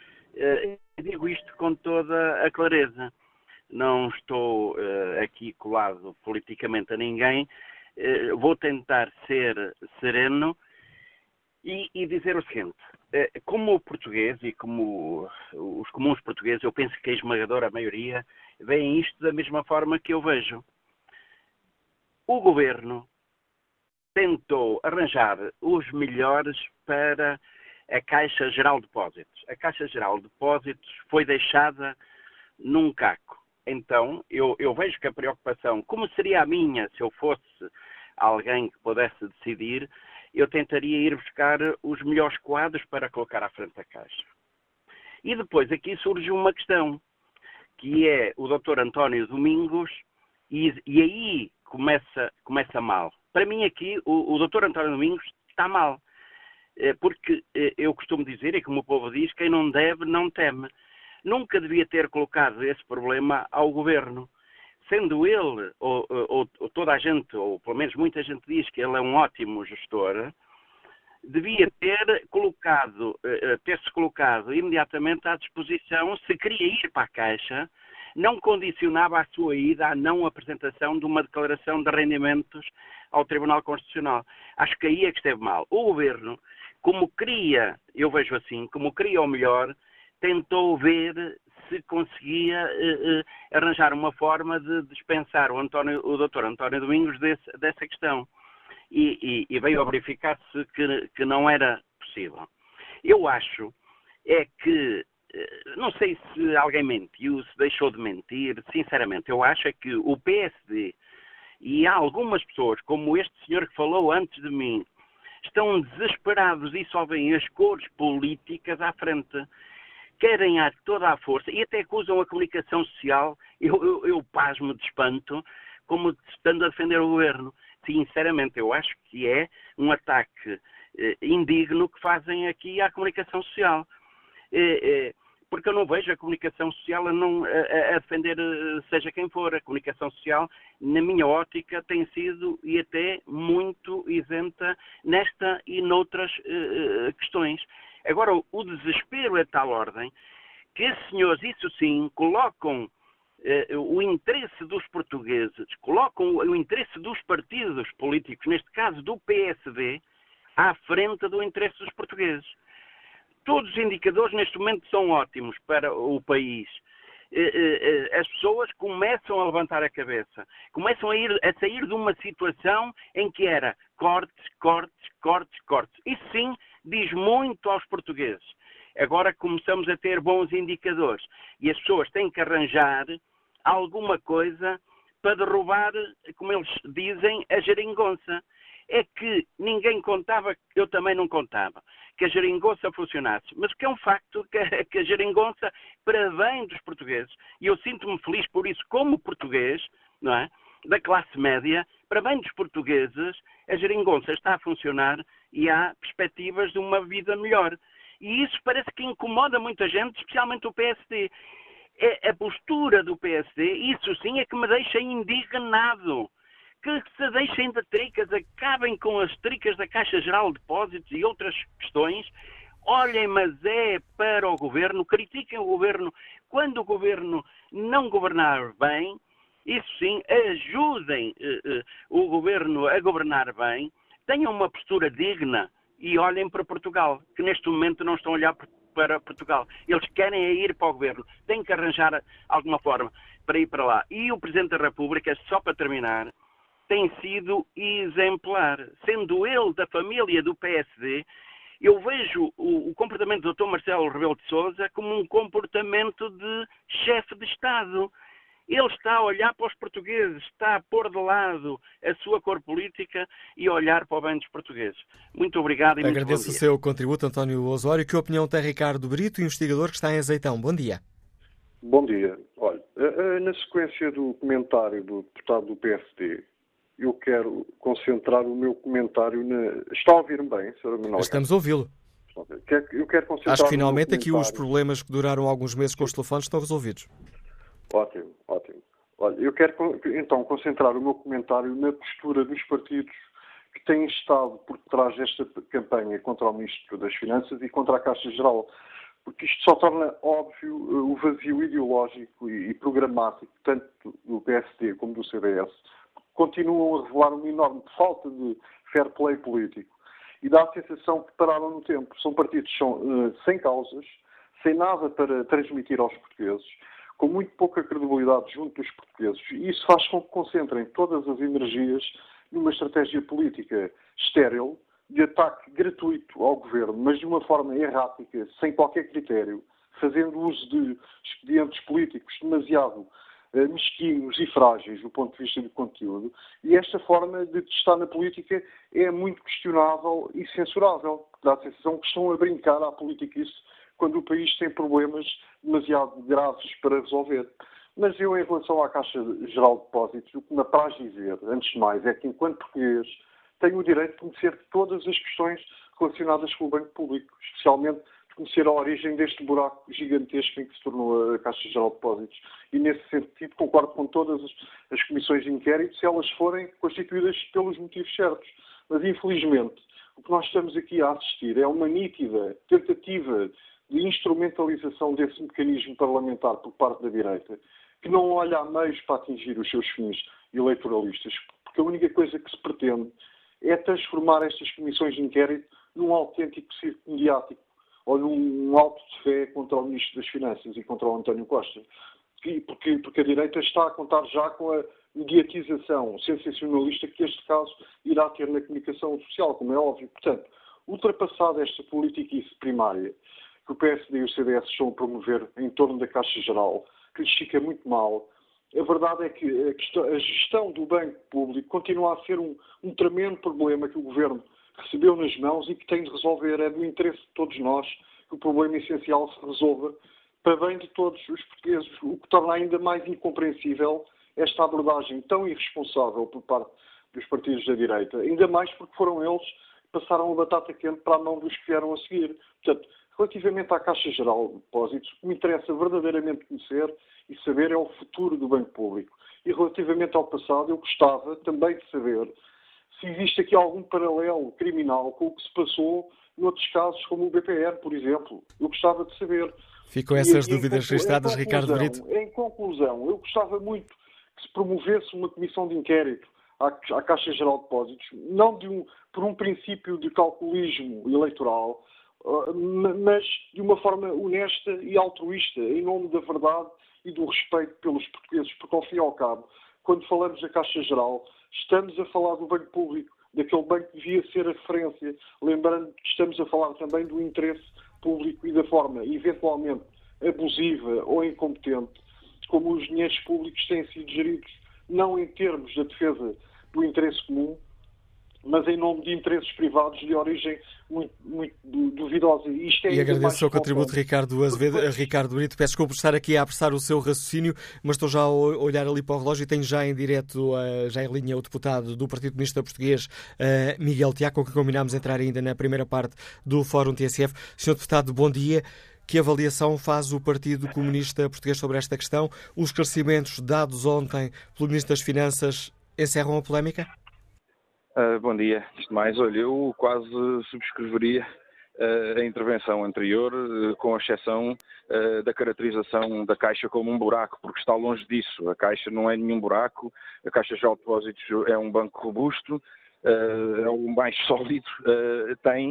digo isto com toda a clareza. Não estou aqui colado politicamente a ninguém. Vou tentar ser sereno e, e dizer o seguinte. Como português e como os comuns portugueses, eu penso que a esmagadora maioria veem isto da mesma forma que eu vejo. O governo tentou arranjar os melhores para a Caixa Geral de Depósitos. A Caixa Geral de Depósitos foi deixada num caco. Então, eu, eu vejo que a preocupação, como seria a minha se eu fosse alguém que pudesse decidir, eu tentaria ir buscar os melhores quadros para colocar à frente da Caixa. E depois aqui surge uma questão, que é o doutor António Domingos, e, e aí começa, começa mal. Para mim aqui, o, o doutor António Domingos está mal. Porque eu costumo dizer, e como o povo diz, quem não deve, não teme. Nunca devia ter colocado esse problema ao governo. Sendo ele, ou, ou, ou toda a gente, ou pelo menos muita gente diz que ele é um ótimo gestor, devia ter colocado, ter-se colocado imediatamente à disposição, se queria ir para a Caixa, não condicionava a sua ida à não apresentação de uma declaração de rendimentos ao Tribunal Constitucional. Acho que aí é que esteve mal. O governo, como queria, eu vejo assim, como queria o melhor, tentou ver se conseguia eh, eh, arranjar uma forma de dispensar o, António, o doutor António Domingos desse, dessa questão. E, e, e veio a verificar-se que, que não era possível. Eu acho é que, não sei se alguém mentiu, se deixou de mentir, sinceramente, eu acho é que o P S D e há algumas pessoas, como este senhor que falou antes de mim, estão desesperados e só veem as cores políticas à frente. Querem a toda a força e até acusam a comunicação social, eu, eu, eu pasmo de espanto, como estando a defender o governo. Sinceramente, eu acho que é um ataque eh, indigno que fazem aqui à comunicação social. Eh, eh, porque eu não vejo a comunicação social a, não, a, a defender eh, seja quem for. A comunicação social, na minha ótica, tem sido e até muito isenta nesta e noutras eh, questões. Agora, o desespero é de tal ordem que esses senhores, isso sim, colocam eh, o interesse dos portugueses, colocam o interesse dos partidos políticos, neste caso do P S D, à frente do interesse dos portugueses. Todos os indicadores neste momento são ótimos para o país. Eh, eh, as pessoas começam a levantar a cabeça, começam a, ir, a sair de uma situação em que era cortes, cortes, cortes, cortes. Isso sim diz muito aos portugueses. Agora começamos a ter bons indicadores e as pessoas têm que arranjar alguma coisa para derrubar, como eles dizem, a geringonça. É que ninguém contava, eu também não contava, que a geringonça funcionasse. Mas o que é um facto que, que a geringonça, para bem dos portugueses, e eu sinto-me feliz por isso como português, não é? Da classe média, para bem dos portugueses, a geringonça está a funcionar e há perspectivas de uma vida melhor. E isso parece que incomoda muita gente, especialmente o P S D. É a postura do P S D, isso sim é que me deixa indignado. Que se deixem de tricas, acabem com as tricas da Caixa Geral de Depósitos e outras questões. Olhem, mas é para o governo, critiquem o governo quando o governo não governar bem. Isso sim, ajudem uh, uh, o governo a governar bem, tenham uma postura digna e olhem para Portugal, que neste momento não estão a olhar para Portugal. Eles querem é ir para o governo, têm que arranjar alguma forma para ir para lá. E o Presidente da República, só para terminar, tem sido exemplar. Sendo ele da família do P S D, eu vejo o, o comportamento do doutor Marcelo Rebelo de Sousa como um comportamento de chefe de Estado. Ele está a olhar para os portugueses, está a pôr de lado a sua cor política e a olhar para o bem dos portugueses. Muito obrigado e muito bom dia. Agradeço o seu contributo, António Osório. Que opinião tem Ricardo Brito, investigador que está em Azeitão? Bom dia. Bom dia. Olha, na sequência do comentário do deputado do P S D, eu quero concentrar o meu comentário na... Está a ouvir-me bem, senhora Manuel? Estamos a ouvi-lo. Eu quero concentrar Acho que finalmente aqui os problemas que duraram alguns meses com os telefones estão resolvidos. Ótimo, ótimo. Olha, eu quero então concentrar o meu comentário na postura dos partidos que têm estado por trás desta campanha contra o Ministro das Finanças e contra a Caixa Geral, porque isto só torna óbvio o vazio ideológico e programático, tanto do P S D como do C D S, que continuam a revelar uma enorme falta de fair play político. E dá a sensação que pararam no tempo. São partidos que são, uh, sem causas, sem nada para transmitir aos portugueses, com muito pouca credibilidade junto dos portugueses. E isso faz com que concentrem todas as energias numa estratégia política estéril, de ataque gratuito ao governo, mas de uma forma errática, sem qualquer critério, fazendo uso de expedientes políticos demasiado uh, mesquinhos e frágeis do ponto de vista do conteúdo. E esta forma de estar na política é muito questionável e censurável. Dá a sensação que estão a brincar à politiquice quando o país tem problemas demasiado graves para resolver. Mas eu, em relação à Caixa Geral de Depósitos, o que me apraz dizer, antes de mais, é que, enquanto português, tenho o direito de conhecer todas as questões relacionadas com o Banco Público, especialmente de conhecer a origem deste buraco gigantesco em que se tornou a Caixa Geral de Depósitos. E, nesse sentido, concordo com todas as, as comissões de inquérito, se elas forem constituídas pelos motivos certos. Mas, infelizmente, o que nós estamos aqui a assistir é uma nítida tentativa de instrumentalização desse mecanismo parlamentar por parte da direita, que não olha a meios para atingir os seus fins eleitoralistas, porque a única coisa que se pretende é transformar estas comissões de inquérito num autêntico circo mediático ou num auto de fé contra o Ministro das Finanças e contra o António Costa. Porque, porque a direita está a contar já com a mediatização sensacionalista que este caso irá ter na comunicação social, como é óbvio. Portanto, ultrapassada esta politiquice primária que o P S D e o C D S estão a promover em torno da Caixa Geral, que lhes fica muito mal, a verdade é que a, questão, a gestão do Banco Público continua a ser um, um tremendo problema que o Governo recebeu nas mãos e que tem de resolver. É do interesse de todos nós que o problema essencial se resolva para bem de todos os portugueses, o que torna ainda mais incompreensível esta abordagem tão irresponsável por parte dos partidos da direita, ainda mais porque foram eles que passaram a batata quente para a mão dos que vieram a seguir. Portanto, relativamente à Caixa Geral de Depósitos, o que me interessa verdadeiramente conhecer e saber é o futuro do Banco Público. E relativamente ao passado, eu gostava também de saber se existe aqui algum paralelo criminal com o que se passou noutros casos, como o B P R, por exemplo. Eu gostava de saber. Ficam essas e, dúvidas em, registradas, em Ricardo Brito. Em conclusão, eu gostava muito que se promovesse uma comissão de inquérito à, à Caixa Geral de Depósitos, não de um, por um princípio de calculismo eleitoral, mas de uma forma honesta e altruísta, em nome da verdade e do respeito pelos portugueses, porque, ao fim e ao cabo, quando falamos da Caixa Geral, estamos a falar do Banco Público, daquele banco que devia ser a referência, lembrando que estamos a falar também do interesse público e da forma, eventualmente, abusiva ou incompetente, como os dinheiros públicos têm sido geridos, não em termos da defesa do interesse comum, mas em nome de interesses privados de origem muito, muito duvidosa. E, isto é e agradeço o seu contributo, faltante. Ricardo Azevedo. Ricardo Brito, peço desculpa por estar aqui a apressar o seu raciocínio, mas estou já a olhar ali para o relógio e tenho já em direto, já em linha, o deputado do Partido Comunista Português, Miguel Tiago, com quem combinámos entrar ainda na primeira parte do Fórum T S F. senhor Deputado, bom dia. Que avaliação faz o Partido Comunista Português sobre esta questão? Os esclarecimentos dados ontem pelo Ministro das Finanças encerram a polémica? Uh, bom dia. Antes de mais, olha, eu quase subscreveria uh, a intervenção anterior, uh, com exceção uh, da caracterização da Caixa como um buraco, porque está longe disso. A Caixa não é nenhum buraco, a Caixa Geral de Depósitos é um banco robusto, Uh, é o mais sólido, uh, tem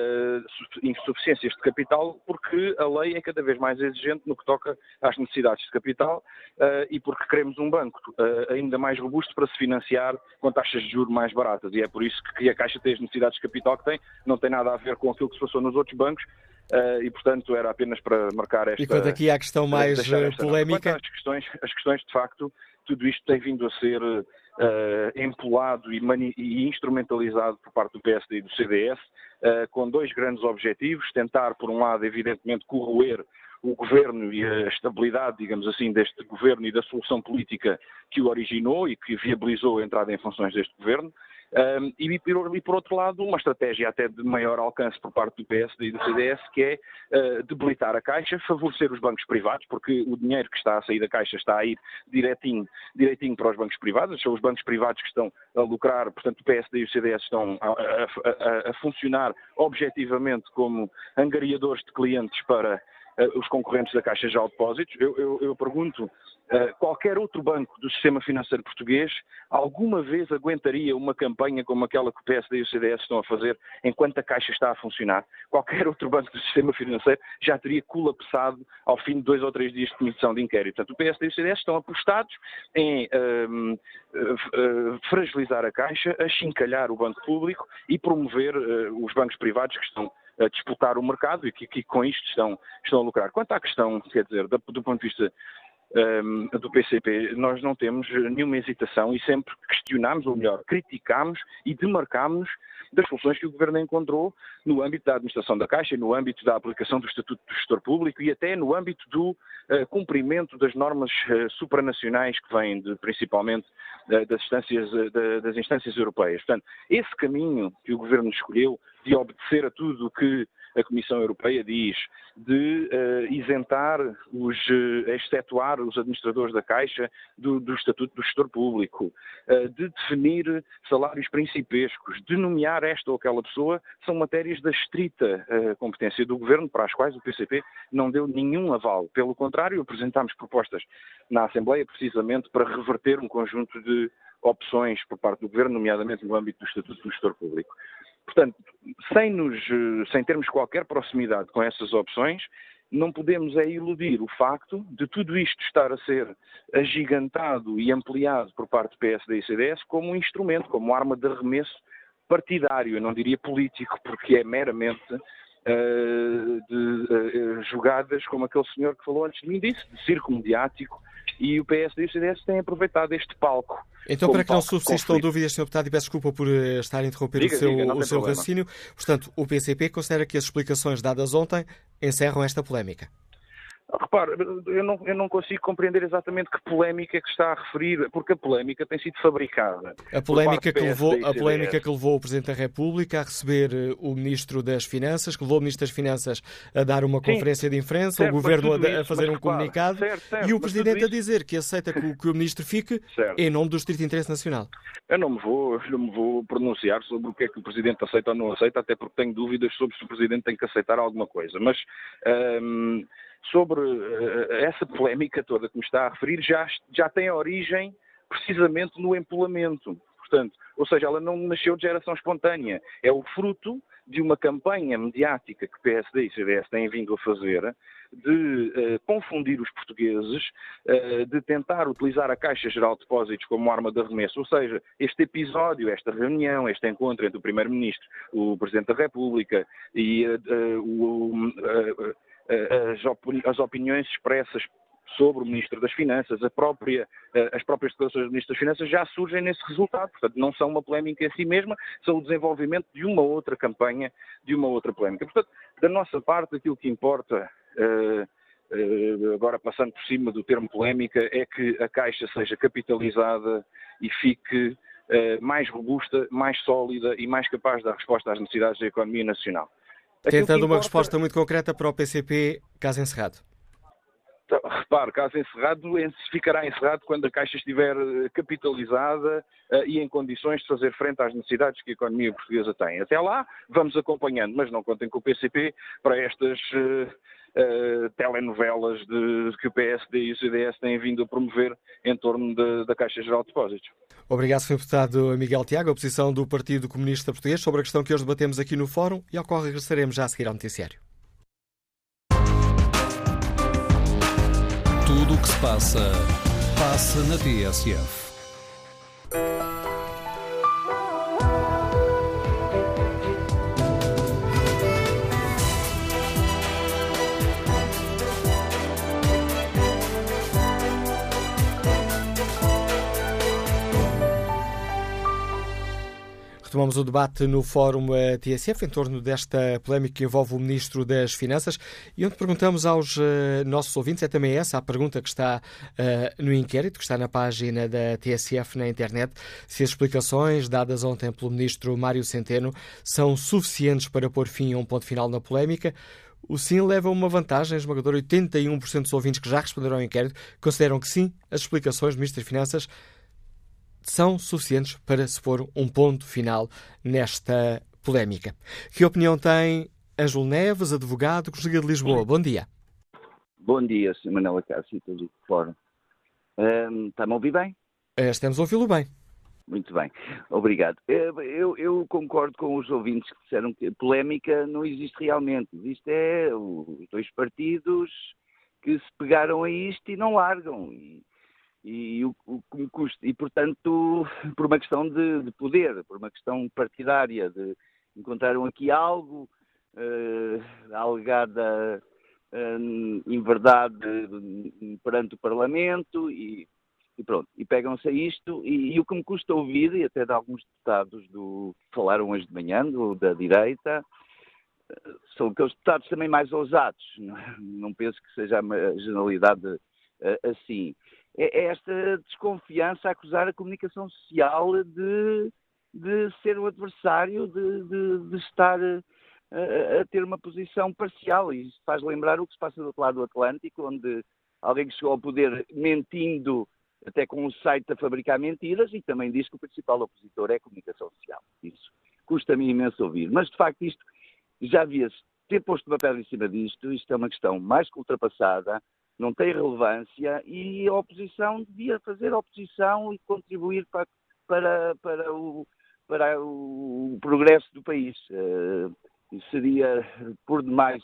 uh, insuficiências de capital porque a lei é cada vez mais exigente no que toca às necessidades de capital uh, e porque queremos um banco uh, ainda mais robusto para se financiar com taxas de juros mais baratas, e é por isso que a Caixa tem as necessidades de capital que tem, não tem nada a ver com aquilo que se passou nos outros bancos. Uh, e, portanto, era apenas para marcar esta... E quanto aqui à questão mais polémica... Quanto às questões, as questões, de facto, tudo isto tem vindo a ser uh, empolado e, mani- e instrumentalizado por parte do P S D e do C D S, uh, com dois grandes objetivos: tentar, por um lado, evidentemente, corroer o governo e a estabilidade, digamos assim, deste governo e da solução política que o originou e que viabilizou a entrada em funções deste governo, Um, e, e, por outro lado, uma estratégia até de maior alcance por parte do P S D e do C D S, que é uh, debilitar a Caixa, favorecer os bancos privados, porque o dinheiro que está a sair da Caixa está a ir direitinho, direitinho para os bancos privados, são os bancos privados que estão a lucrar, portanto o P S D e o C D S estão a, a, a, a funcionar objetivamente como angariadores de clientes para uh, os concorrentes da Caixa Geral de Depósitos. Eu, eu, eu pergunto, Uh, qualquer outro banco do sistema financeiro português alguma vez aguentaria uma campanha como aquela que o P S D e o C D S estão a fazer enquanto a Caixa está a funcionar? Qualquer outro banco do sistema financeiro já teria colapsado ao fim de dois ou três dias de comissão de inquérito. Portanto, o P S D e o C D S estão apostados em uh, uh, uh, fragilizar a Caixa, achincalhar o banco público e promover uh, os bancos privados que estão a disputar o mercado e que, que com isto estão, estão a lucrar. Quanto à questão, quer dizer, do, do ponto de vista Um, do P C P, nós não temos nenhuma hesitação e sempre questionámos, ou melhor, criticámos e demarcámos das soluções que o Governo encontrou no âmbito da administração da Caixa, no âmbito da aplicação do Estatuto do Gestor Público e até no âmbito do uh, cumprimento das normas uh, supranacionais que vêm de, principalmente uh, das, instâncias, uh, da, das instâncias europeias. Portanto, esse caminho que o Governo escolheu de obedecer a tudo o que a Comissão Europeia diz, de uh, isentar, os, uh, excetuar os administradores da Caixa do, do Estatuto do Gestor Público, uh, de definir salários principescos, de nomear esta ou aquela pessoa, são matérias da estrita uh, competência do Governo, para as quais o P C P não deu nenhum aval. Pelo contrário, apresentámos propostas na Assembleia precisamente para reverter um conjunto de opções por parte do Governo, nomeadamente no âmbito do Estatuto do Gestor Público. Portanto, sem, nos, sem termos qualquer proximidade com essas opções, não podemos é iludir o facto de tudo isto estar a ser agigantado e ampliado por parte do P S D e C D S como um instrumento, como arma de arremesso partidário, eu não diria político, porque é meramente uh, de uh, jogadas como aquele senhor que falou antes de mim disse, de circo mediático, e o P S D e o C D S têm aproveitado este palco. Então, para que não subsistam dúvidas, senhor Deputado, e peço desculpa por estar a interromper diga, o seu, diga, o seu raciocínio, portanto, o P C P considera que as explicações dadas ontem encerram esta polémica? Repare, eu não, eu não consigo compreender exatamente que polémica é que está a referir, porque a polémica tem sido fabricada. A polémica, que levou, a polémica que levou o Presidente da República a receber o Ministro das Finanças, que levou o Ministro das Finanças a dar uma Sim, conferência de imprensa, certo, o Governo a, a fazer um repara, comunicado certo, certo, e o Presidente a dizer que aceita que o, que o Ministro fique certo. Em nome do estrito interesse nacional. Eu não me, vou, não me vou pronunciar sobre o que é que o Presidente aceita ou não aceita, até porque tenho dúvidas sobre se o Presidente tem que aceitar alguma coisa. Mas... Hum, sobre uh, essa polémica toda que me está a referir, já, já tem origem precisamente no empolamento. Portanto, ou seja, ela não nasceu de geração espontânea. É o fruto de uma campanha mediática que P S D e C D S têm vindo a fazer de uh, confundir os portugueses, uh, de tentar utilizar a Caixa Geral de Depósitos como arma de arremesso. Ou seja, este episódio, esta reunião, este encontro entre o Primeiro-Ministro, o Presidente da República e uh, uh, o... Uh, As, opini- as opiniões expressas sobre o Ministro das Finanças, a própria, as próprias declarações do Ministro das Finanças já surgem nesse resultado. Portanto, não são uma polémica em si mesma, são o desenvolvimento de uma outra campanha, de uma outra polémica. Portanto, da nossa parte, aquilo que importa, uh, uh, agora passando por cima do termo polémica, é que a Caixa seja capitalizada e fique uh, mais robusta, mais sólida e mais capaz de dar resposta às necessidades da economia nacional. Tentando uma resposta muito concreta para o P C P, caso encerrado. Então, repare, caso encerrado, ficará encerrado quando a Caixa estiver capitalizada uh, e em condições de fazer frente às necessidades que a economia portuguesa tem. Até lá, vamos acompanhando, mas não contem com o P C P para estas uh, uh, telenovelas de, que o P S D e o C D S têm vindo a promover em torno de, da Caixa Geral de Depósitos. Obrigado, senhor Deputado Miguel Tiago, a posição do Partido Comunista Português sobre a questão que hoje debatemos aqui no Fórum e ao qual regressaremos já a seguir ao noticiário. Tudo o que se passa, passa na T S F. Retomamos o debate no Fórum T S F em torno desta polémica que envolve o Ministro das Finanças e onde perguntamos aos uh, nossos ouvintes, é também essa a pergunta que está uh, no inquérito, que está na página da T S F na internet, se as explicações dadas ontem pelo Ministro Mário Centeno são suficientes para pôr fim a um ponto final na polémica. O sim leva uma vantagem esmagadora. oitenta e um por cento dos ouvintes que já responderam ao inquérito consideram que sim, as explicações do Ministro das Finanças são suficientes para se pôr um ponto final nesta polémica. Que opinião tem Ângelo Neves, advogado, Conselheiro de Lisboa? Bom dia. Bom dia, senhor Manuel Acácio e todos de fora. Um, Está-me a ouvir bem? Estamos a ouvi-lo bem. Muito bem, obrigado. Eu, eu concordo com os ouvintes que disseram que a polémica não existe realmente. Existe é os dois partidos que se pegaram a isto e não largam. E, e o que me custa. E, portanto, por uma questão de, de poder, por uma questão partidária, de encontraram aqui algo, uh, alegada uh, inverdade perante o Parlamento e, e pronto. E pegam-se a isto e, e o que me custa ouvir, e até de alguns deputados do que falaram hoje de manhã, do, da direita, são aqueles deputados também mais ousados. Não, não penso que seja a generalidade uh, assim. É esta desconfiança a acusar a comunicação social de, de ser um adversário, de, de, de estar a, a ter uma posição parcial. E isso faz lembrar o que se passa do outro lado do Atlântico, onde alguém que chegou ao poder mentindo, até com um site a fabricar mentiras, e também diz que o principal opositor é a comunicação social. Isso custa-me imenso ouvir. Mas, de facto, isto já havia-se ter posto uma pedra em cima disto. Isto é uma questão mais que ultrapassada, não tem relevância e a oposição devia fazer oposição e contribuir para, para, para, o, para o progresso do país. Uh, seria por demais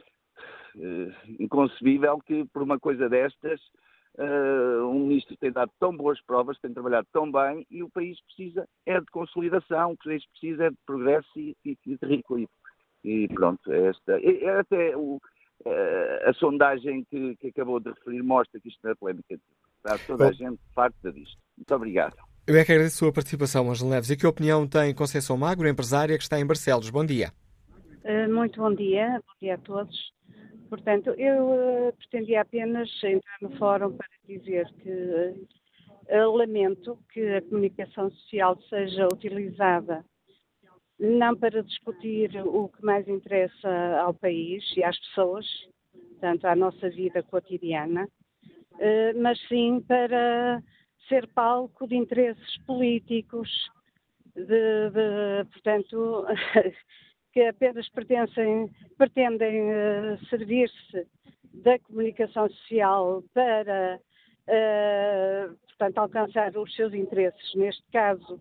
uh, inconcebível que por uma coisa destas uh, um ministro tem dado tão boas provas, tem trabalhado tão bem e o país precisa é de consolidação, o país precisa é de progresso e, e, e de rico. E, e pronto, esta é, é até o a sondagem que, que acabou de referir mostra que isto não é polémica. Está toda a gente farta disto. Muito obrigado. Eu é que agradeço a sua participação, Ângelo Neves. E que opinião tem Conceição Magro, empresária que está em Barcelos? Bom dia. Muito bom dia. Bom dia a todos. Portanto, eu uh, pretendia apenas entrar no fórum para dizer que uh, lamento que a comunicação social seja utilizada não para discutir o que mais interessa ao país e às pessoas, portanto, à nossa vida cotidiana, mas sim para ser palco de interesses políticos, de, de, portanto, que apenas pertencem, pretendem servir-se da comunicação social para, portanto, alcançar os seus interesses, neste caso,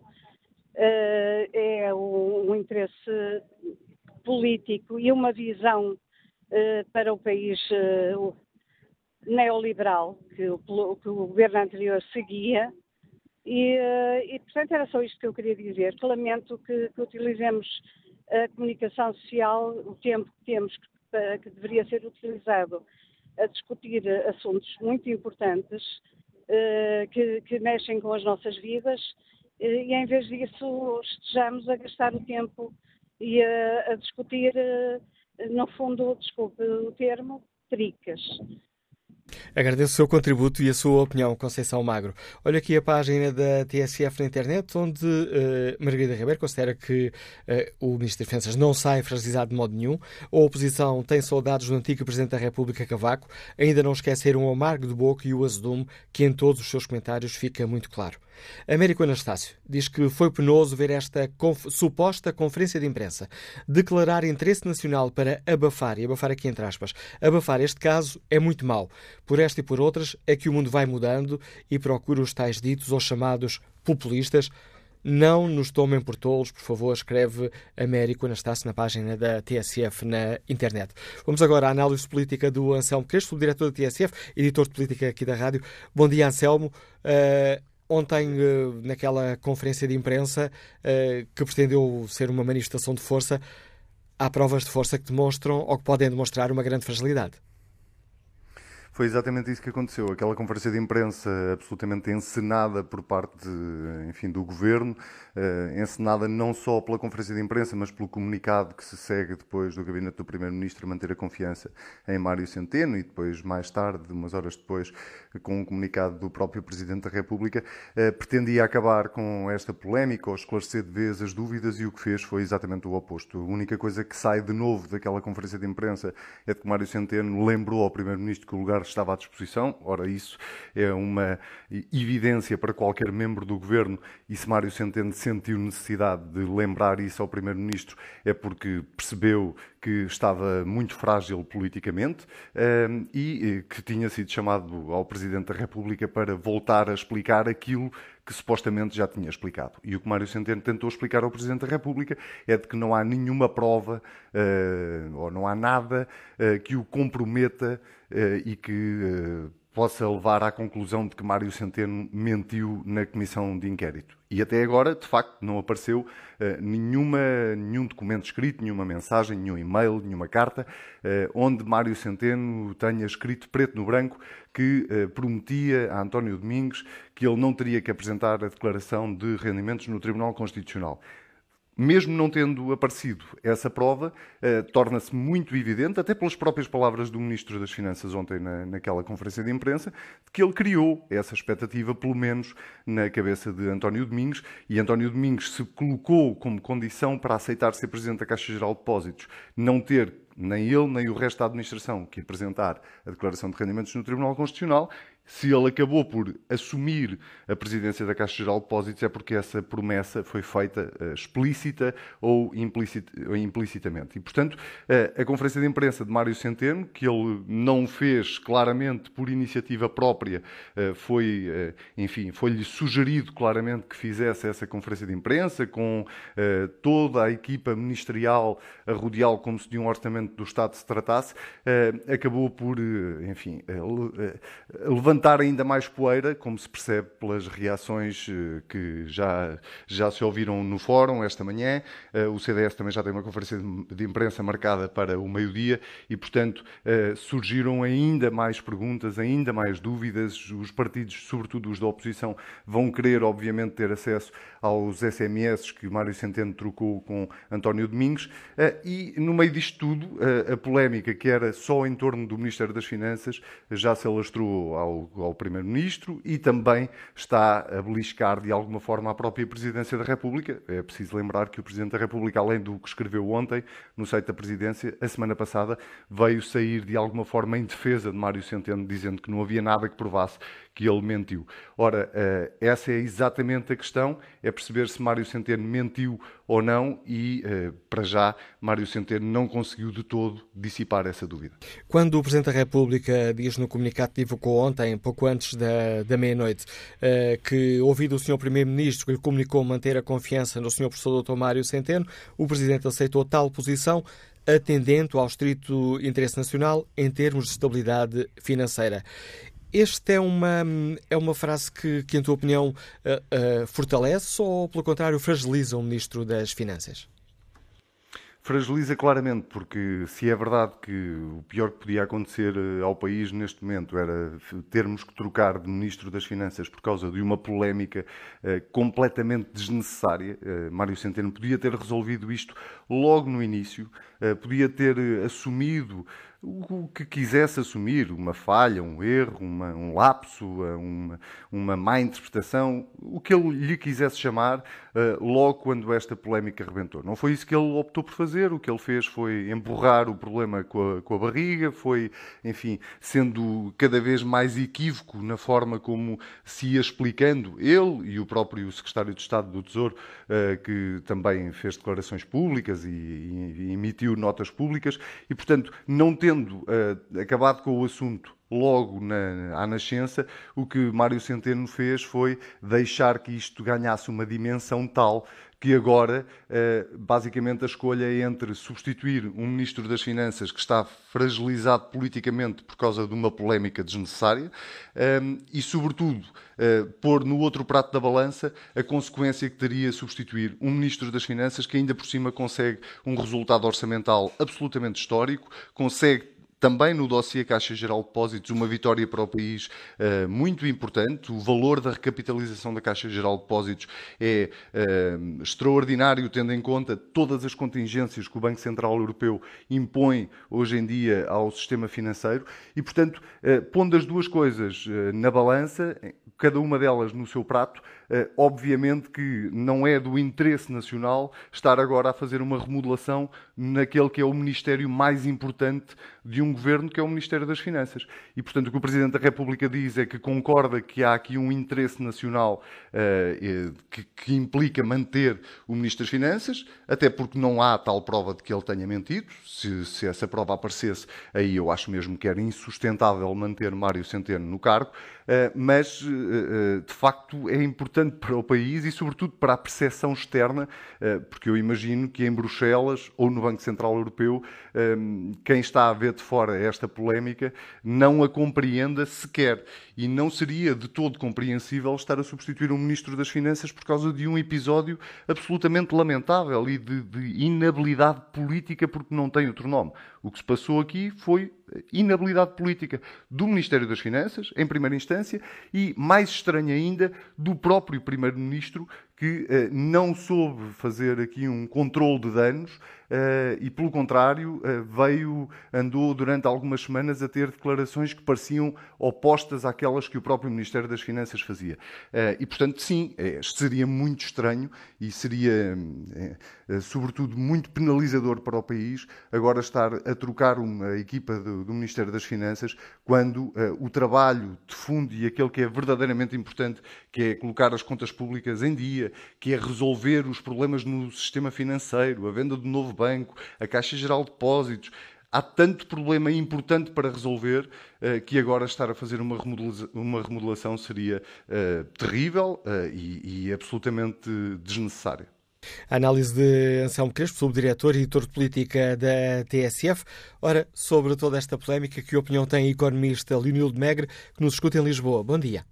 Uh, é um, um interesse político e uma visão uh, para o país uh, neoliberal que o, que o governo anterior seguia e, uh, e, portanto, era só isto que eu queria dizer. Que lamento que, que utilizemos a comunicação social, o tempo que temos que, que deveria ser utilizado a discutir assuntos muito importantes uh, que, que mexem com as nossas vidas. E em vez disso estejamos a gastar o tempo e a, a discutir, no fundo, desculpe o termo, tricas. Agradeço o seu contributo e a sua opinião, Conceição Magro. Olha aqui a página da T S F na internet, onde uh, Margarida Ribeiro considera que uh, o Ministro das Finanças não sai fragilizado de modo nenhum. A oposição tem saudades do antigo Presidente da República, Cavaco. Ainda não esqueceram o amargo de boca e o azedume, que em todos os seus comentários fica muito claro. Américo Anastácio diz que foi penoso ver esta conf- suposta conferência de imprensa declarar interesse nacional para abafar, e abafar aqui entre aspas, abafar este caso é muito mau. Por esta e por outras é que o mundo vai mudando e procura os tais ditos ou chamados populistas. Não nos tomem por tolos, por favor, escreve Américo Anastácio na página da T S F na internet. Vamos agora à análise política do Anselmo Crespo, diretor da T S F, editor de política aqui da rádio. Bom dia, Anselmo. Uh, Ontem, naquela conferência de imprensa, que pretendeu ser uma manifestação de força, há provas de força que demonstram ou que podem demonstrar uma grande fragilidade. Foi exatamente isso que aconteceu. Aquela conferência de imprensa absolutamente encenada por parte, enfim, do Governo, uh, encenada não só pela conferência de imprensa, mas pelo comunicado que se segue depois do Gabinete do Primeiro-Ministro manter a confiança em Mário Centeno e depois, mais tarde, umas horas depois, com um comunicado do próprio Presidente da República, uh, pretendia acabar com esta polémica ou esclarecer de vez as dúvidas, e o que fez foi exatamente o oposto. A única coisa que sai de novo daquela conferência de imprensa é de que Mário Centeno lembrou ao Primeiro-Ministro que o lugar estava à disposição. Ora, isso é uma evidência para qualquer membro do Governo, e se Mário Centeno sentiu necessidade de lembrar isso ao Primeiro-Ministro é porque percebeu que estava muito frágil politicamente um, e que tinha sido chamado ao Presidente da República para voltar a explicar aquilo que supostamente já tinha explicado. E o que Mário Centeno tentou explicar ao Presidente da República é de que não há nenhuma prova uh, ou não há nada uh, que o comprometa uh, e que uh, possa levar à conclusão de que Mário Centeno mentiu na comissão de inquérito. E até agora, de facto, não apareceu uh, nenhuma, nenhum documento escrito, nenhuma mensagem, nenhum e-mail, nenhuma carta, uh, onde Mário Centeno tenha escrito preto no branco que uh, prometia a António Domingos que ele não teria que apresentar a declaração de rendimentos no Tribunal Constitucional. Mesmo não tendo aparecido essa prova, eh, torna-se muito evidente, até pelas próprias palavras do Ministro das Finanças ontem na, naquela conferência de imprensa, que ele criou essa expectativa, pelo menos na cabeça de António Domingos, e António Domingos se colocou como condição para aceitar ser Presidente da Caixa Geral de Depósitos, não ter nem ele nem o resto da administração que apresentar a declaração de rendimentos no Tribunal Constitucional. Se ele acabou por assumir a presidência da Caixa Geral de Depósitos é porque essa promessa foi feita uh, explícita ou, implicit, ou implicitamente. E, portanto, uh, a conferência de imprensa de Mário Centeno, que ele não fez claramente por iniciativa própria, uh, foi, uh, enfim, foi-lhe sugerido claramente que fizesse essa conferência de imprensa com uh, toda a equipa ministerial a rodeá-lo como se de um orçamento do Estado se tratasse, uh, acabou por, uh, enfim, uh, uh, levantar ainda mais poeira, como se percebe pelas reações que já, já se ouviram no fórum esta manhã. O C D S também já tem uma conferência de imprensa marcada para o meio-dia e, portanto, surgiram ainda mais perguntas, ainda mais dúvidas. Os partidos, sobretudo os da oposição, vão querer, obviamente, ter acesso aos S M S que Mário Centeno trocou com António Domingos. E, no meio disto tudo, a polémica que era só em torno do Ministério das Finanças já se alastrou ao ao Primeiro-Ministro e também está a beliscar de alguma forma a própria Presidência da República. É preciso lembrar que o Presidente da República, além do que escreveu ontem no site da Presidência, a semana passada veio sair de alguma forma em defesa de Mário Centeno, dizendo que não havia nada que provasse que ele mentiu. Ora, essa é exatamente a questão, é perceber se Mário Centeno mentiu ou não e, para já, Mário Centeno não conseguiu de todo dissipar essa dúvida. Quando o Presidente da República diz no comunicado que divulgou ontem, pouco antes da, da meia-noite, que, ouvido o senhor Primeiro-Ministro, que lhe comunicou manter a confiança no senhor Professor doutor Mário Centeno, o Presidente aceitou tal posição, atendendo ao estrito interesse nacional em termos de estabilidade financeira. Esta é uma, é uma frase que, que em tua opinião, uh, uh, fortalece ou, pelo contrário, fragiliza o Ministro das Finanças? Fragiliza claramente, porque se é verdade que o pior que podia acontecer ao país neste momento era termos que trocar de Ministro das Finanças por causa de uma polémica uh, completamente desnecessária, uh, Mário Centeno podia ter resolvido isto logo no início, uh, podia ter assumido o que quisesse assumir, uma falha, um erro, uma, um lapso, uma, uma má interpretação, o que ele lhe quisesse chamar, uh, logo quando esta polémica rebentou. Não foi isso que ele optou por fazer, o que ele fez foi empurrar o problema com a, com a barriga, foi, enfim, sendo cada vez mais equívoco na forma como se ia explicando, ele e o próprio Secretário de Estado do Tesouro, uh, que também fez declarações públicas e, e, e emitiu notas públicas, e, portanto, não tendo uh, acabado com o assunto logo na, à nascença, o que Mário Centeno fez foi deixar que isto ganhasse uma dimensão tal que agora, basicamente, a escolha é entre substituir um Ministro das Finanças que está fragilizado politicamente por causa de uma polémica desnecessária e, sobretudo, pôr no outro prato da balança a consequência que teria substituir um Ministro das Finanças que ainda por cima consegue um resultado orçamental absolutamente histórico, consegue também no dossiê Caixa Geral de Depósitos, uma vitória para o país uh, muito importante. O valor da recapitalização da Caixa Geral de Depósitos é uh, extraordinário, tendo em conta todas as contingências que o Banco Central Europeu impõe hoje em dia ao sistema financeiro e, portanto, uh, pondo as duas coisas uh, na balança, cada uma delas no seu prato, uh, obviamente que não é do interesse nacional estar agora a fazer uma remodelação naquele que é o ministério mais importante de um governo, que é o Ministério das Finanças. E, portanto, o que o Presidente da República diz é que concorda que há aqui um interesse nacional uh, que, que implica manter o Ministro das Finanças, até porque não há tal prova de que ele tenha mentido. Se, se essa prova aparecesse, aí eu acho mesmo que era insustentável manter Mário Centeno no cargo, uh, mas, uh, de facto, é importante para o país e, sobretudo, para a percepção externa, uh, porque eu imagino que em Bruxelas ou no Banco Central Europeu, um, quem está a ver de fora esta polémica não a compreenda sequer. E não seria de todo compreensível estar a substituir um Ministro das Finanças por causa de um episódio absolutamente lamentável e de, de inabilidade política, porque não tem outro nome. O que se passou aqui foi inabilidade política do Ministério das Finanças, em primeira instância, e, mais estranho ainda, do próprio Primeiro-Ministro, que eh, não soube fazer aqui um controle de danos eh, e, pelo contrário, eh, veio, andou durante algumas semanas a ter declarações que pareciam opostas àquelas que o próprio Ministério das Finanças fazia. Eh, e, portanto, sim, eh, seria muito estranho e seria, eh, eh, sobretudo, muito penalizador para o país agora estar a trocar uma equipa do, do Ministério das Finanças quando eh, o trabalho de fundo e aquele que é verdadeiramente importante, que é colocar as contas públicas em dia, que é resolver os problemas no sistema financeiro, a venda do novo banco, a Caixa Geral de Depósitos. Há tanto problema importante para resolver uh, que agora estar a fazer uma remodelação, uma remodelação seria uh, terrível uh, e, e absolutamente desnecessária. A análise de Anselmo Crespo, subdiretor e editor de política da T S F. Ora, sobre toda esta polémica, que opinião tem a economista Leonildo Megre, que nos escuta em Lisboa? Bom dia.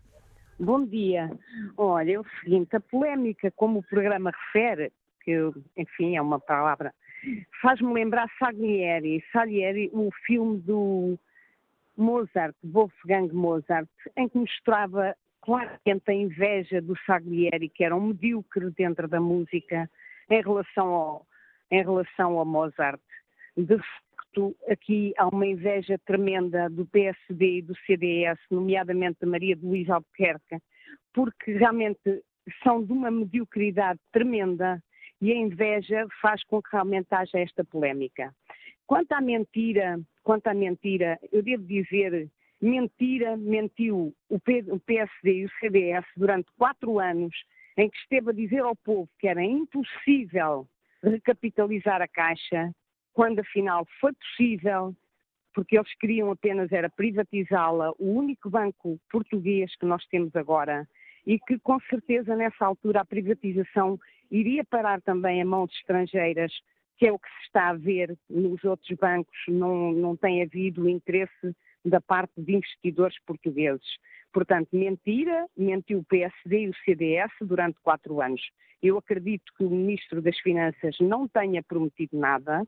Bom dia. Olha, é o seguinte, a polémica, como o programa refere, que, enfim, é uma palavra, faz-me lembrar Salieri, Salieri, o filme do Mozart, Wolfgang Mozart, em que mostrava claramente a inveja do Salieri, que era um medíocre dentro da música, em relação ao, em relação ao Mozart. De facto, aqui há uma inveja tremenda do P S D e do C D S, nomeadamente da Maria de Luís Albuquerque, porque realmente são de uma mediocridade tremenda e a inveja faz com que realmente haja esta polémica. Quanto à mentira, quanto à mentira, eu devo dizer, mentira, mentiu o P S D e o C D S durante quatro anos, em que esteve a dizer ao povo que era impossível recapitalizar a Caixa, quando afinal foi possível, porque eles queriam apenas era privatizá-la, o único banco português que nós temos agora, e que com certeza nessa altura a privatização iria parar também a mãos estrangeiras, que é o que se está a ver nos outros bancos, não, não tem havido interesse da parte de investidores portugueses. Portanto, mentira, mentiu o P S D e o C D S durante quatro anos. Eu acredito que o Ministro das Finanças não tenha prometido nada.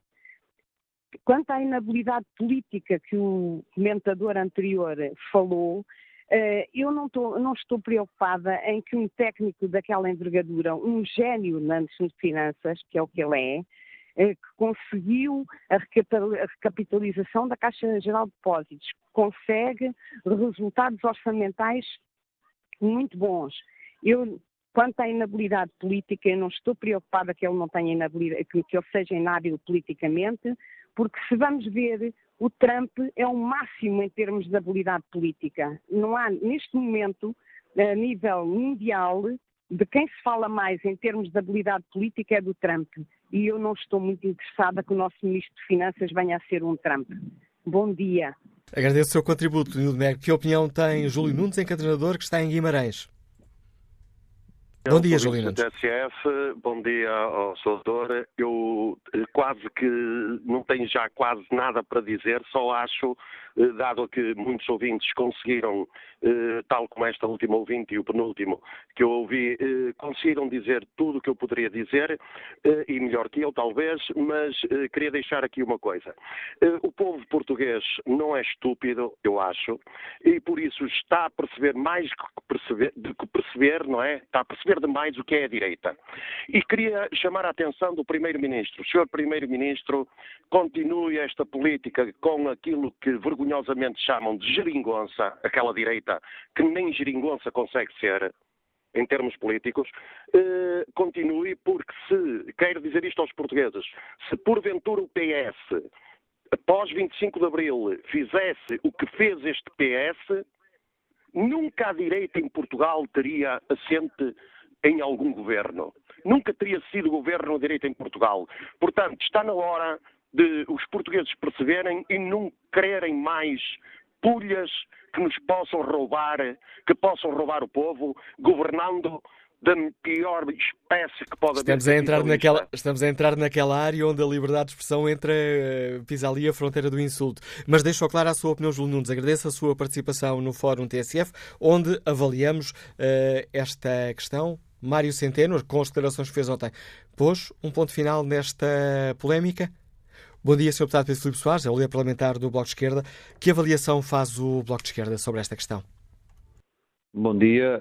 Quanto à inabilidade política que o comentador anterior falou, eu não, tô, não estou preocupada em que um técnico daquela envergadura, um gênio nas finanças, que é o que ele é, que conseguiu a recapitalização da Caixa Geral de Depósitos, consegue resultados orçamentais muito bons. Eu, quanto à inabilidade política, eu não estou preocupada que ele não tenha inabilidade, que, que ele seja inábil politicamente, porque se vamos ver, o Trump é o máximo em termos de habilidade política. Não há, neste momento, a nível mundial, de quem se fala mais em termos de habilidade política é do Trump. E eu não estou muito interessada que o nosso Ministro de Finanças venha a ser um Trump. Bom dia. Agradeço o seu contributo, Leonildo Megre. Que opinião tem Júlio Nunes, encadernador, que está em Guimarães? Bom dia, Júlio Nunes. T S F, bom dia ao seu doutor. Eu quase que não tenho já quase nada para dizer, só acho dado que muitos ouvintes conseguiram, tal como esta última ouvinte e o penúltimo que eu ouvi, conseguiram dizer tudo o que eu poderia dizer, e melhor que eu talvez, mas queria deixar aqui uma coisa. O povo português não é estúpido, eu acho, e por isso está a perceber mais perceber, do que perceber, não é? Está a perceber demais o que é a direita. E queria chamar a atenção do Primeiro-Ministro. O senhor Primeiro-Ministro continue esta política com aquilo que vergonhosamente chamam de geringonça, aquela direita que nem geringonça consegue ser, em termos políticos, eh, continue, porque se, quero dizer isto aos portugueses, se porventura o P S, após vinte e cinco de Abril, fizesse o que fez este P S, nunca a direita em Portugal teria assente em algum governo. Nunca teria sido governo a direita em Portugal. Portanto, está na hora de os portugueses perceberem e não quererem mais pulhas que nos possam roubar, que possam roubar o povo, governando da pior espécie que pode estamos haver. A entrar naquela, estamos a entrar naquela área onde a liberdade de expressão entra, pisa ali a fronteira do insulto. Mas deixo claro a sua opinião, Júlio Nunes. Agradeço a sua participação no Fórum T S F, onde avaliamos uh, esta questão. Mário Centeno, com as declarações que fez ontem, pôs um ponto final nesta polémica. Bom dia, senhor Deputado Pedro Filipe Soares, é o líder parlamentar do Bloco de Esquerda. Que avaliação faz o Bloco de Esquerda sobre esta questão? Bom dia.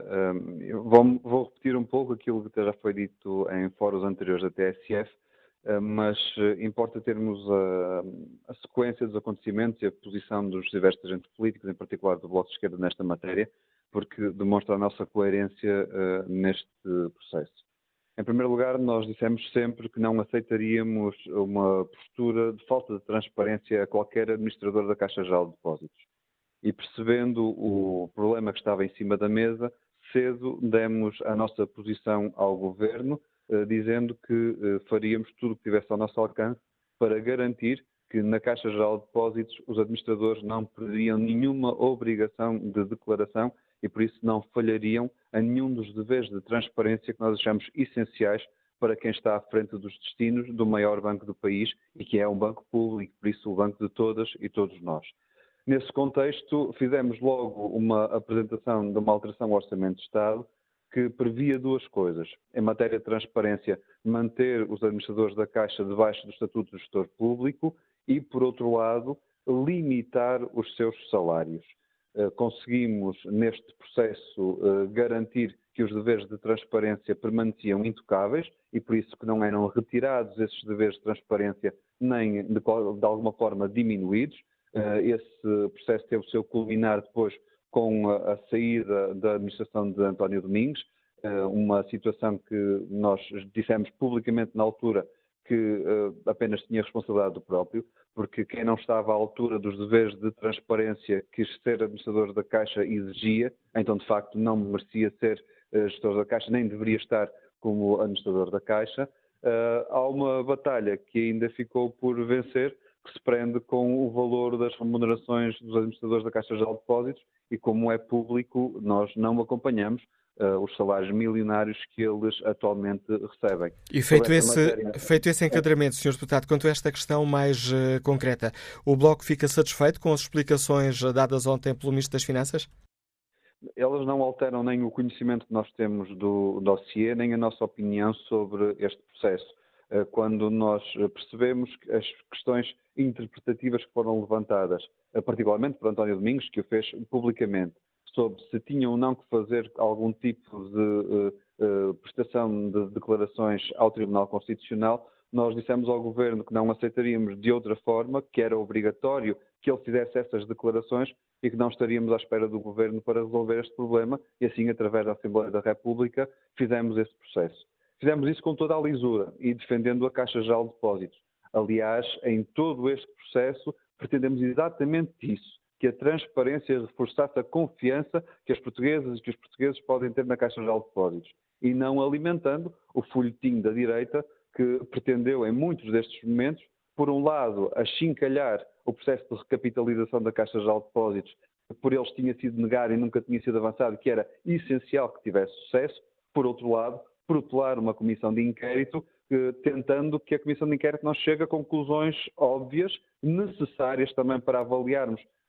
Vou, vou repetir um pouco aquilo que já foi dito em fóruns anteriores da T S F, mas importa termos a, a sequência dos acontecimentos e a posição dos diversos agentes políticos, em particular do Bloco de Esquerda, nesta matéria, porque demonstra a nossa coerência uh, neste processo. Em primeiro lugar, nós dissemos sempre que não aceitaríamos uma postura de falta de transparência a qualquer administrador da Caixa Geral de Depósitos. E percebendo o problema que estava em cima da mesa, cedo demos a nossa posição ao Governo, uh, dizendo que uh, faríamos tudo o que tivesse ao nosso alcance para garantir que na Caixa Geral de Depósitos os administradores não perderiam nenhuma obrigação de declaração e por isso não falhariam a nenhum dos deveres de transparência que nós achamos essenciais para quem está à frente dos destinos do maior banco do país e que é um banco público, por isso o banco de todas e todos nós. Nesse contexto, fizemos logo uma apresentação de uma alteração ao Orçamento de Estado que previa duas coisas. Em matéria de transparência, manter os administradores da Caixa debaixo do Estatuto do Gestor Público e, por outro lado, limitar os seus salários. Conseguimos, neste processo, garantir que os deveres de transparência permaneciam intocáveis e por isso que não eram retirados esses deveres de transparência nem de, de alguma forma diminuídos. Esse processo teve o seu culminar depois com a, a saída da administração de António Domingos, uma situação que nós dissemos publicamente na altura que uh, apenas tinha responsabilidade do próprio, porque quem não estava à altura dos deveres de transparência que ser administrador da Caixa exigia, então de facto não merecia ser uh, gestor da Caixa, nem deveria estar como administrador da Caixa. Uh, há uma batalha que ainda ficou por vencer, que se prende com o valor das remunerações dos administradores da Caixa Geral de Depósitos e como é público, nós não acompanhamos Uh, os salários milionários que eles atualmente recebem. E feito esse, matéria... feito esse enquadramento, senhor Deputado, quanto a esta questão mais uh, concreta, o Bloco fica satisfeito com as explicações dadas ontem pelo Ministro das Finanças? Elas não alteram nem o conhecimento que nós temos do dossiê, nem a nossa opinião sobre este processo. Uh, quando nós percebemos que as questões interpretativas que foram levantadas, uh, particularmente por António Domingos, que o fez publicamente, sobre se tinham ou não que fazer algum tipo de uh, uh, prestação de declarações ao Tribunal Constitucional, nós dissemos ao Governo que não aceitaríamos de outra forma, que era obrigatório que ele fizesse essas declarações e que não estaríamos à espera do Governo para resolver este problema e assim, através da Assembleia da República, fizemos esse processo. Fizemos isso com toda a lisura e defendendo a Caixa Geral de Depósitos. Aliás, em todo este processo, pretendemos exatamente isso, que a transparência reforçasse a confiança que as portuguesas e que os portugueses podem ter na Caixa Geral de Depósitos e não alimentando o folhetim da direita que pretendeu, em muitos destes momentos, por um lado, achincalhar o processo de recapitalização da Caixa Geral de Depósitos, que por eles tinha sido negado e nunca tinha sido avançado, que era essencial que tivesse sucesso, por outro lado, protelar uma comissão de inquérito, tentando que a comissão de inquérito não chegue a conclusões óbvias, necessárias também para avaliarmos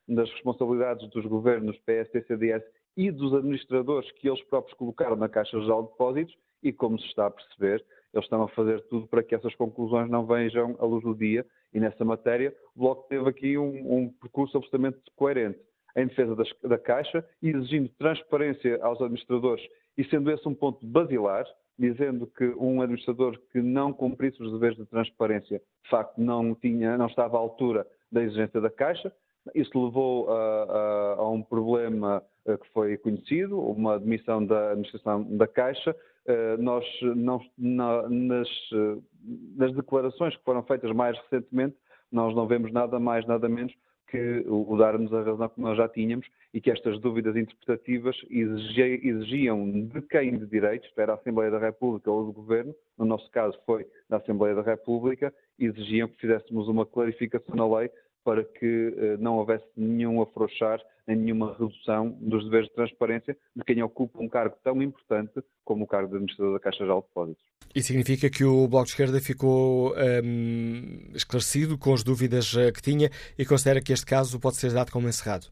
das responsabilidades dos governos P S D, C D S e dos administradores que eles próprios colocaram na Caixa Geral de Depósitos e, como se está a perceber, eles estão a fazer tudo para que essas conclusões não vejam a luz do dia e, nessa matéria, o Bloco teve aqui um, um percurso absolutamente coerente em defesa das, da Caixa, exigindo transparência aos administradores e sendo esse um ponto basilar, dizendo que um administrador que não cumprisse os deveres de transparência, de facto, não, tinha, não estava à altura da exigência da Caixa. Isso levou a, a, a um problema que foi conhecido, uma demissão da administração da Caixa. Nós, não, na, nas, nas declarações que foram feitas mais recentemente, nós não vemos nada mais, nada menos que o, o dar-nos a razão que nós já tínhamos e que estas dúvidas interpretativas exigiam, exigiam de quem de direitos, era a Assembleia da República ou do Governo, no nosso caso foi da Assembleia da República, exigiam que fizéssemos uma clarificação na lei para que eh, não houvesse nenhum afrouxar, nem nenhuma redução dos deveres de transparência de quem ocupa um cargo tão importante como o cargo de administrador da Caixa Geral de Depósitos. E significa que o Bloco de Esquerda ficou hum, esclarecido com as dúvidas que tinha e considera que este caso pode ser dado como encerrado?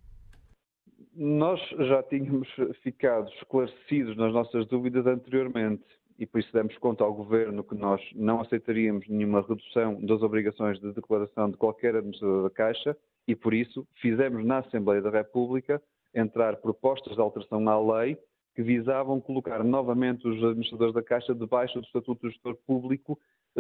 Nós já tínhamos ficado esclarecidos nas nossas dúvidas anteriormente e por isso demos conta ao Governo que nós não aceitaríamos nenhuma redução das obrigações de declaração de qualquer administrador da Caixa e por isso fizemos na Assembleia da República entrar propostas de alteração à lei que visavam colocar novamente os administradores da Caixa debaixo do Estatuto do Gestor Público,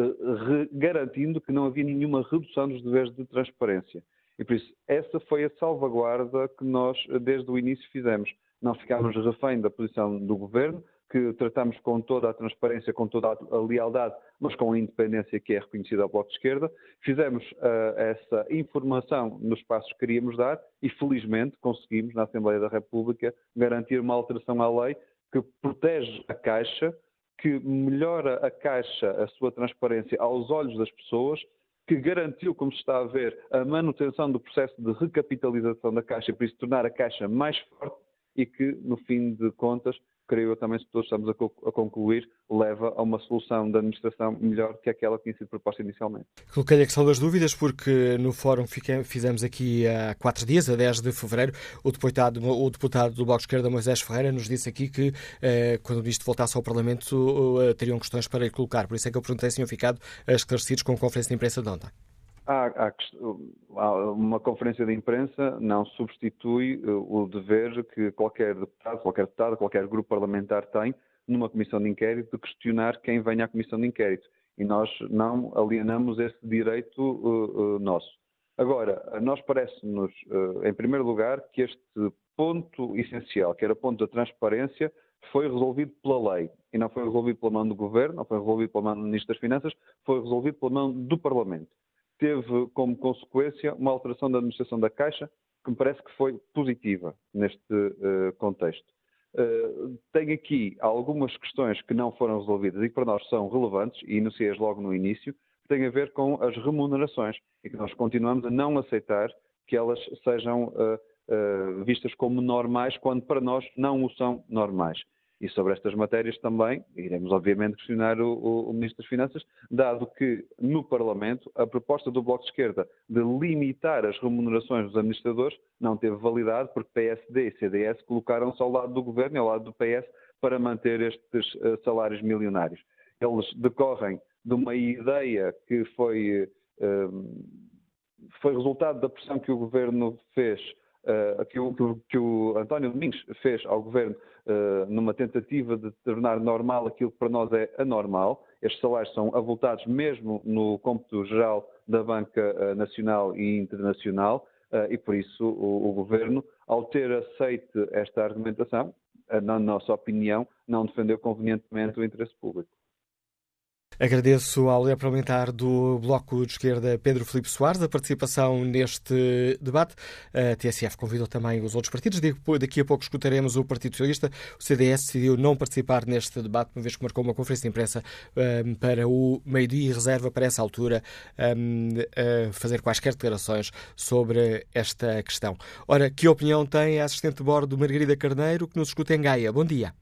eh, garantindo que não havia nenhuma redução dos deveres de transparência. E por isso, essa foi a salvaguarda que nós, desde o início, fizemos. Não ficámos refém da posição do Governo, que tratamos com toda a transparência, com toda a lealdade, mas com a independência que é reconhecida ao Bloco de Esquerda. Fizemos uh, essa informação nos passos que queríamos dar e, felizmente, conseguimos, na Assembleia da República, garantir uma alteração à lei que protege a Caixa, que melhora a Caixa, a sua transparência aos olhos das pessoas, que garantiu, como se está a ver, a manutenção do processo de recapitalização da Caixa, por isso tornar a Caixa mais forte e que, no fim de contas, creio eu também, se todos estamos a, co- a concluir, leva a uma solução da administração melhor que aquela que tinha sido proposta inicialmente. Coloquei a questão das dúvidas porque no fórum fiquei, fizemos aqui há quatro dias, a dez de fevereiro, o deputado, o deputado do Bloco de Esquerda, Moisés Ferreira, nos disse aqui que eh, quando isto voltasse ao Parlamento eh, teriam questões para lhe colocar. Por isso é que eu perguntei se tinham ficado esclarecidos com a conferência de imprensa de ontem. Há, há, há uma conferência de imprensa não substitui o dever que qualquer deputado, qualquer deputado, qualquer grupo parlamentar tem numa comissão de inquérito de questionar quem venha à comissão de inquérito. E nós não alienamos esse direito uh, uh, nosso. Agora, a nós parece-nos, uh, em primeiro lugar, que este ponto essencial, que era o ponto da transparência, foi resolvido pela lei. E não foi resolvido pela mão do Governo, não foi resolvido pela mão do Ministro das Finanças, foi resolvido pela mão do Parlamento. Teve como consequência uma alteração da administração da Caixa que me parece que foi positiva neste uh, contexto. Uh, tem aqui algumas questões que não foram resolvidas e que para nós são relevantes, e enunciei-as logo no início, que têm a ver com as remunerações e que nós continuamos a não aceitar que elas sejam uh, uh, vistas como normais quando para nós não o são normais. E sobre estas matérias também iremos obviamente questionar o, o, o Ministro das Finanças, dado que no Parlamento a proposta do Bloco de Esquerda de limitar as remunerações dos administradores não teve validade porque P S D e C D S colocaram-se ao lado do Governo e ao lado do P S para manter estes uh, salários milionários. Eles decorrem de uma ideia que foi, uh, foi resultado da pressão que o Governo fez, uh, que, o, que o António Domingos fez ao Governo Uh, numa tentativa de tornar normal aquilo que para nós é anormal. Estes salários são avultados mesmo no cômputo geral da banca uh, nacional e internacional uh, e por isso o, o Governo, ao ter aceito esta argumentação, uh, na nossa opinião, não defendeu convenientemente o interesse público. Agradeço ao líder parlamentar do Bloco de Esquerda, Pedro Filipe Soares, a participação neste debate. A T S F convidou também os outros partidos. Daqui a pouco escutaremos o Partido Socialista. O C D S decidiu não participar neste debate, uma vez que marcou uma conferência de imprensa um, para o meio-dia e reserva para essa altura um, a fazer quaisquer declarações sobre esta questão. Ora, que opinião tem a assistente de bordo Margarida Carneiro, que nos escuta em Gaia? Bom dia.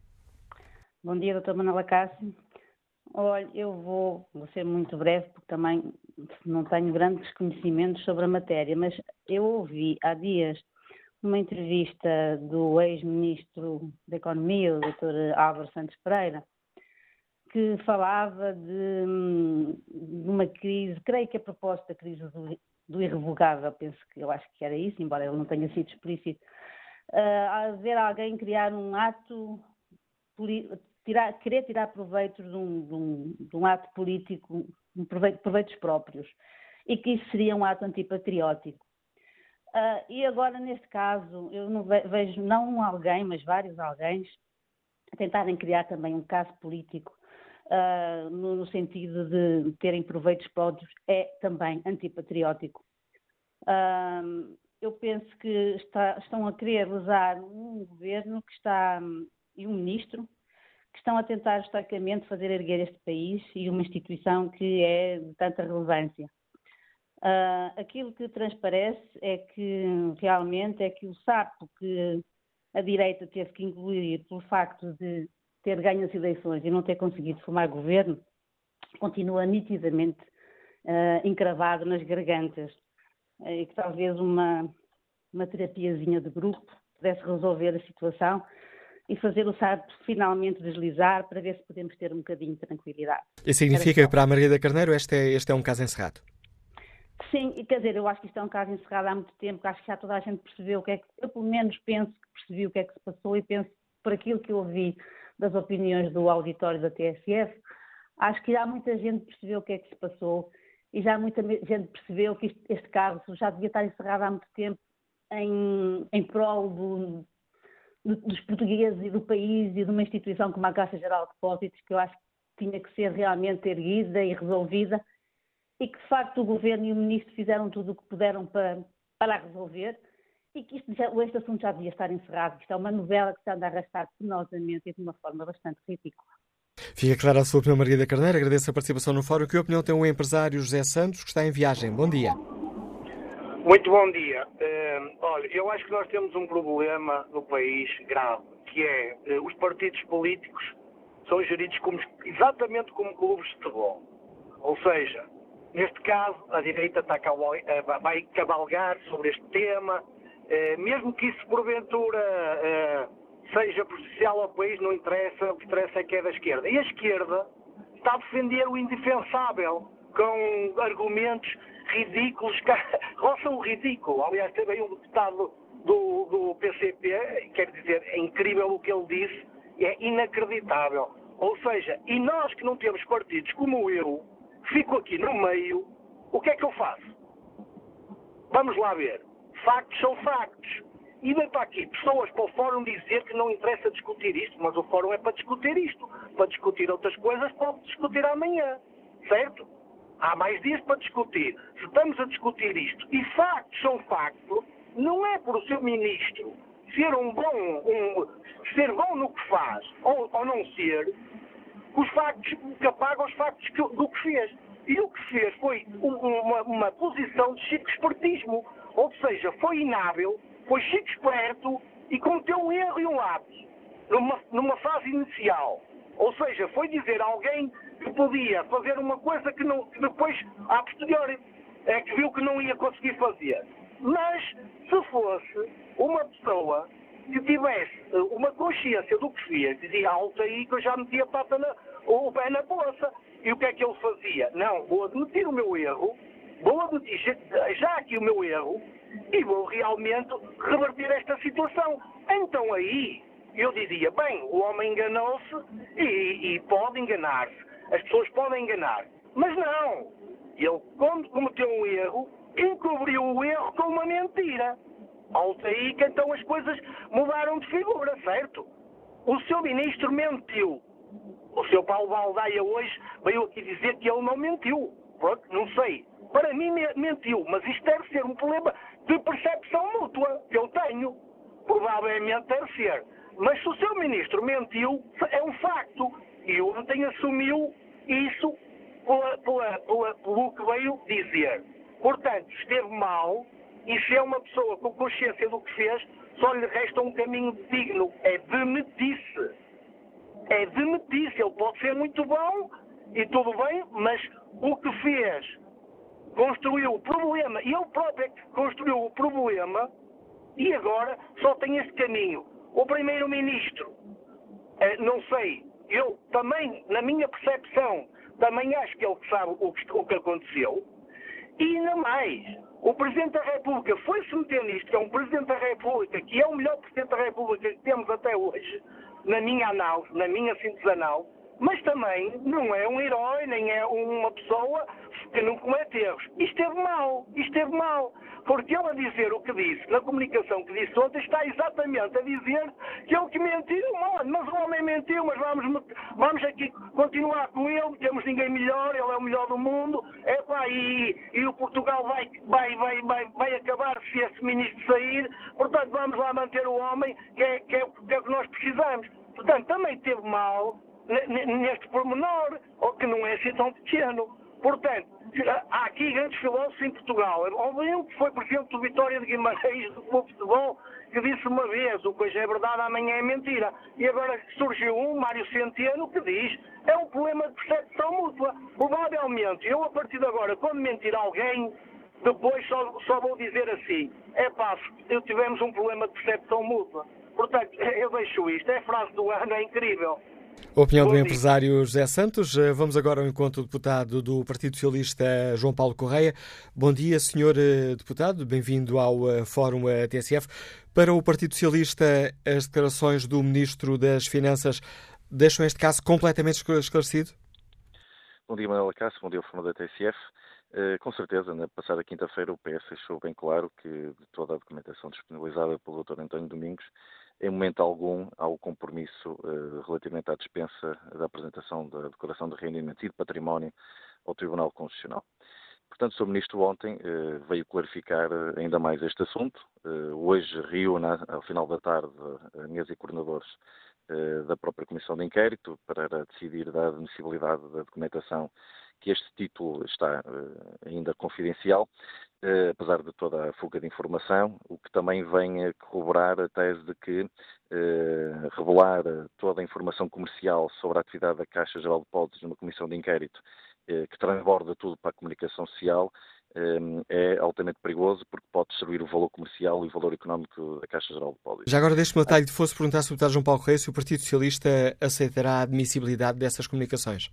Bom dia, doutor Manuel Acácio. Olha, eu vou, vou ser muito breve, porque também não tenho grandes conhecimentos sobre a matéria, mas eu ouvi há dias uma entrevista do ex-ministro da Economia, o doutor Álvaro Santos Pereira, que falava de, de uma crise, creio que a proposta da crise do, do irrevogável, penso que eu acho que era isso, embora ele não tenha sido explícito, uh, a ver alguém criar um ato, tirar, querer tirar proveito de um, de um, de um ato político, um proveito, proveitos próprios, e que isso seria um ato antipatriótico. Uh, e agora, neste caso, eu não ve- vejo não um alguém, mas vários alguém a tentarem criar também um caso político uh, no, no sentido de terem proveitos próprios, é também antipatriótico. Uh, eu penso que está, estão a querer usar um governo que está, e um ministro, que estão a tentar historicamente fazer erguer este país e uma instituição que é de tanta relevância. Uh, aquilo que transparece é que realmente é que o sapo que a direita teve que engolir pelo facto de ter ganho as eleições e não ter conseguido formar governo, continua nitidamente uh, encravado nas gargantas. Uh, e que talvez uma, uma terapiazinha de grupo pudesse resolver a situação e fazer o sapo finalmente deslizar para ver se podemos ter um bocadinho de tranquilidade. Isso significa que para a Margarida Carneiro este é, este é um caso encerrado? Sim, quer dizer, eu acho que isto é um caso encerrado há muito tempo, acho que já toda a gente percebeu o que é que, eu pelo menos penso que percebi o que é que se passou e penso por aquilo que eu ouvi das opiniões do auditório da T S F, acho que já muita gente percebeu o que é que se passou e já muita gente percebeu que isto, este caso já devia estar encerrado há muito tempo em, em prol do, do, dos portugueses e do país e de uma instituição como a Caixa Geral de Depósitos, que eu acho que tinha que ser realmente erguida e resolvida, e que, de facto, o Governo e o Ministro fizeram tudo o que puderam para, para resolver, e que isto já, este assunto já devia estar encerrado. Isto é uma novela que se anda a arrastar penosamente e de uma forma bastante ridícula. Fica clara a sua opinião, Margarida Carneiro. Agradeço a participação no fórum. Que opinião tem o empresário José Santos, que está em viagem? Bom dia. Muito bom dia. Uh, olha, eu acho que nós temos um problema no país grave, que é uh, os partidos políticos são geridos como, exatamente como clubes de futebol. Ou seja, neste caso, a direita está a, vai cavalgar sobre este tema, eh, mesmo que isso porventura eh, seja prejudicial ao país, não interessa, o que interessa é que é da esquerda. E a esquerda está a defender o indefensável, com argumentos ridículos, que roçam o ridículo. Aliás, teve aí um deputado do, do P C P, quer dizer, é incrível o que ele disse, é inacreditável. Ou seja, e nós que não temos partidos como eu, fico aqui no meio, o que é que eu faço? Vamos lá ver. Factos são factos. E vem para aqui pessoas para o fórum dizer que não interessa discutir isto, mas o fórum é para discutir isto. Para discutir outras coisas, pode discutir amanhã. Certo? Há mais dias para discutir. Se estamos a discutir isto, e factos são factos, não é por o seu ministro ser um bom, um, ser bom no que faz, ou, ou não ser, os factos que apagam os factos que, do que fez. E o que fez foi um, uma, uma posição de chico espertismo. Ou seja, foi inábil, foi chico esperto e cometeu um erro e um lápis numa, numa fase inicial. Ou seja, foi dizer a alguém que podia fazer uma coisa que, não, que depois, a posteriori, é que viu que não ia conseguir fazer. Mas, se fosse uma pessoa que tivesse uma consciência do que fez, dizia alto aí que eu já metia a pata na, o pé na bolsa. E o que é que ele fazia? Não, vou admitir o meu erro, vou admitir já aqui o meu erro e vou realmente reverter esta situação. Então aí eu diria, bem, o homem enganou-se e, e pode enganar-se. As pessoas podem enganar. Mas não. Ele, quando cometeu um erro, encobriu o erro com uma mentira. Alto aí que então as coisas mudaram de figura, certo? O seu ministro mentiu. O seu Paulo Baldaia hoje veio aqui dizer que ele não mentiu. Pronto, não sei. Para mim mentiu, mas isto deve ser um problema de percepção mútua que eu tenho. Provavelmente deve ser. Mas se o seu ministro mentiu, é um facto. E ontem assumiu isso pela, pela, pela, pelo que veio dizer. Portanto, esteve mal, e se é uma pessoa com consciência do que fez, só lhe resta um caminho digno, é demitir-se. É demitir-se. Ele pode ser muito bom e tudo bem, mas o que fez construiu o problema, e ele próprio é que construiu o problema, e agora só tem este caminho. O primeiro-ministro, eh, não sei, eu também, na minha percepção, também acho que ele sabe o que, o que aconteceu, e ainda mais, o Presidente da República foi-se meter nisto, que é um Presidente da República, que é o melhor Presidente da República que temos até hoje, na minha análise, na minha síntese anal, mas também não é um herói, nem é uma pessoa que não comete erros. E esteve mal, e esteve mal. Porque ele a dizer o que disse, na comunicação que disse ontem, está exatamente a dizer que ele que mentiu. Mas o homem mentiu, mas vamos, vamos aqui continuar com ele, temos ninguém melhor, ele é o melhor do mundo. Epá, e, e o Portugal vai, vai, vai, vai, vai acabar se esse ministro sair. Portanto, vamos lá manter o homem, que é, que é, que é o que nós precisamos. Portanto, também esteve mal neste pormenor, que não é assim tão pequeno. Portanto, há aqui grandes filósofos em Portugal. Houve um que foi presidente do Vitória de Guimarães, do Clube de Futebol, que disse uma vez, o que hoje é verdade, amanhã é mentira. E agora surgiu um, Mário Centeno, que diz, é um problema de percepção mútua. Provavelmente, eu a partir de agora, quando mentir alguém, depois só, só vou dizer assim, é pá, tivemos um problema de percepção mútua. Portanto, eu deixo isto, é a frase do ano, é incrível. A opinião do empresário José Santos. Vamos agora ao encontro do deputado do Partido Socialista, João Paulo Correia. Bom dia, senhor deputado. Bem-vindo ao Fórum T S F. Para o Partido Socialista, as declarações do Ministro das Finanças deixam este caso completamente esclarecido? Bom dia, Manuela Cássio. Bom dia ao Fórum da T S F. Uh, com certeza, na passada quinta-feira, o P S deixou bem claro que de toda a documentação disponibilizada pelo doutor António Domingos, em momento algum há o compromisso uh, relativamente à dispensa da apresentação da declaração de rendimentos e de património ao Tribunal Constitucional. Portanto, o senhor Ministro ontem uh, veio clarificar uh, ainda mais este assunto. Uh, hoje reúne, ao final da tarde, a mesa e coordenadores uh, da própria Comissão de Inquérito para decidir da admissibilidade da documentação, que este título está uh, ainda confidencial, uh, apesar de toda a fuga de informação, o que também vem a corroborar a tese de que uh, revelar toda a informação comercial sobre a atividade da Caixa Geral de Depósitos numa comissão de inquérito, uh, que transborda tudo para a comunicação social, uh, é altamente perigoso, porque pode destruir o valor comercial e o valor económico da Caixa Geral de Depósitos. Já agora deixe-me atalho de fosse perguntar se o deputado João Paulo Correia se o Partido Socialista aceitará a admissibilidade dessas comunicações.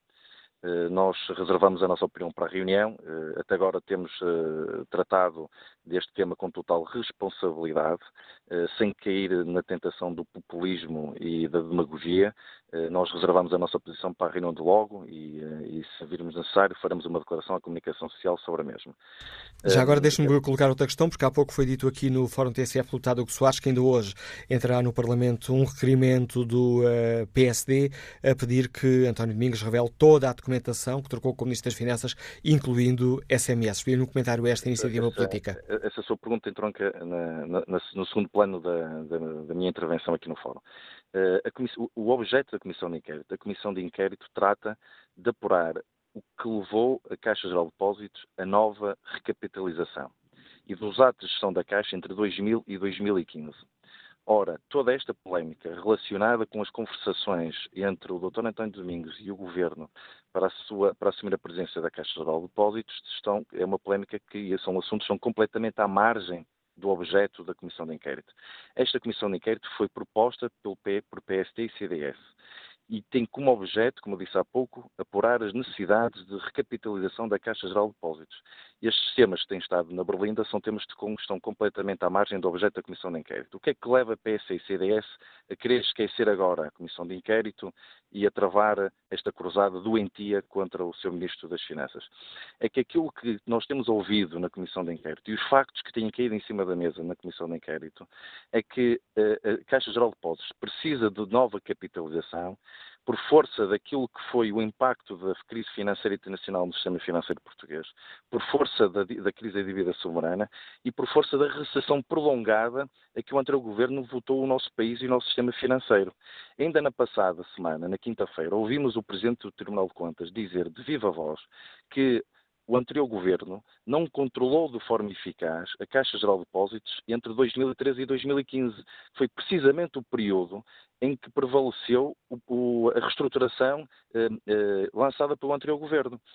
Nós reservamos a nossa opinião para a reunião. Até agora temos tratado deste tema com total responsabilidade, sem cair na tentação do populismo e da demagogia. Nós reservamos a nossa posição para a reunião de logo e, e se virmos necessário, faremos uma declaração à comunicação social sobre a mesma. Já agora deixe-me colocar outra questão, porque há pouco foi dito aqui no Fórum T S F pelo deputado Hugo Soares que ainda hoje entrará no Parlamento um requerimento do uh, P S D a pedir que António Domingos revele toda a documentação que trocou com o Ministro das Finanças, incluindo S M S. Vi no comentário esta iniciativa essa, política. Essa sua pergunta entronca na, na, no segundo plano da, da, da minha intervenção aqui no Fórum. Uh, a o objeto da Comissão de Inquérito, a Comissão de Inquérito trata de apurar o que levou a Caixa Geral de Depósitos a nova recapitalização e dos atos de gestão da Caixa entre dois mil e dois mil e quinze. Ora, toda esta polémica relacionada com as conversações entre o doutor António Domingos e o Governo para, a sua, para assumir a presidência da Caixa Geral de Depósitos estão, é uma polémica que são assuntos que são completamente à margem do objeto da Comissão de Inquérito. Esta Comissão de Inquérito foi proposta pelo P, por P S D e C D S e tem como objeto, como eu disse há pouco, apurar as necessidades de recapitalização da Caixa Geral de Depósitos. Estes temas que têm estado na Berlinda são temas que estão completamente à margem do objeto da Comissão de Inquérito. O que é que leva a P S D e C D S a querer esquecer agora a Comissão de Inquérito e a travar esta cruzada doentia contra o seu Ministro das Finanças? É que aquilo que nós temos ouvido na Comissão de Inquérito e os factos que têm caído em cima da mesa na Comissão de Inquérito é que a Caixa Geral de Depósitos precisa de nova capitalização por força daquilo que foi o impacto da crise financeira internacional no sistema financeiro português, por força da, da crise da dívida soberana e por força da recessão prolongada a que o anterior governo votou o nosso país e o nosso sistema financeiro. Ainda na passada semana, na quinta-feira, ouvimos o Presidente do Tribunal de Contas dizer de viva voz que o anterior governo não controlou de forma eficaz a Caixa Geral de Depósitos entre dois mil e treze e dois mil e quinze. Foi precisamente o período em que prevaleceu o, o, a reestruturação eh, eh, lançada pelo anterior governo.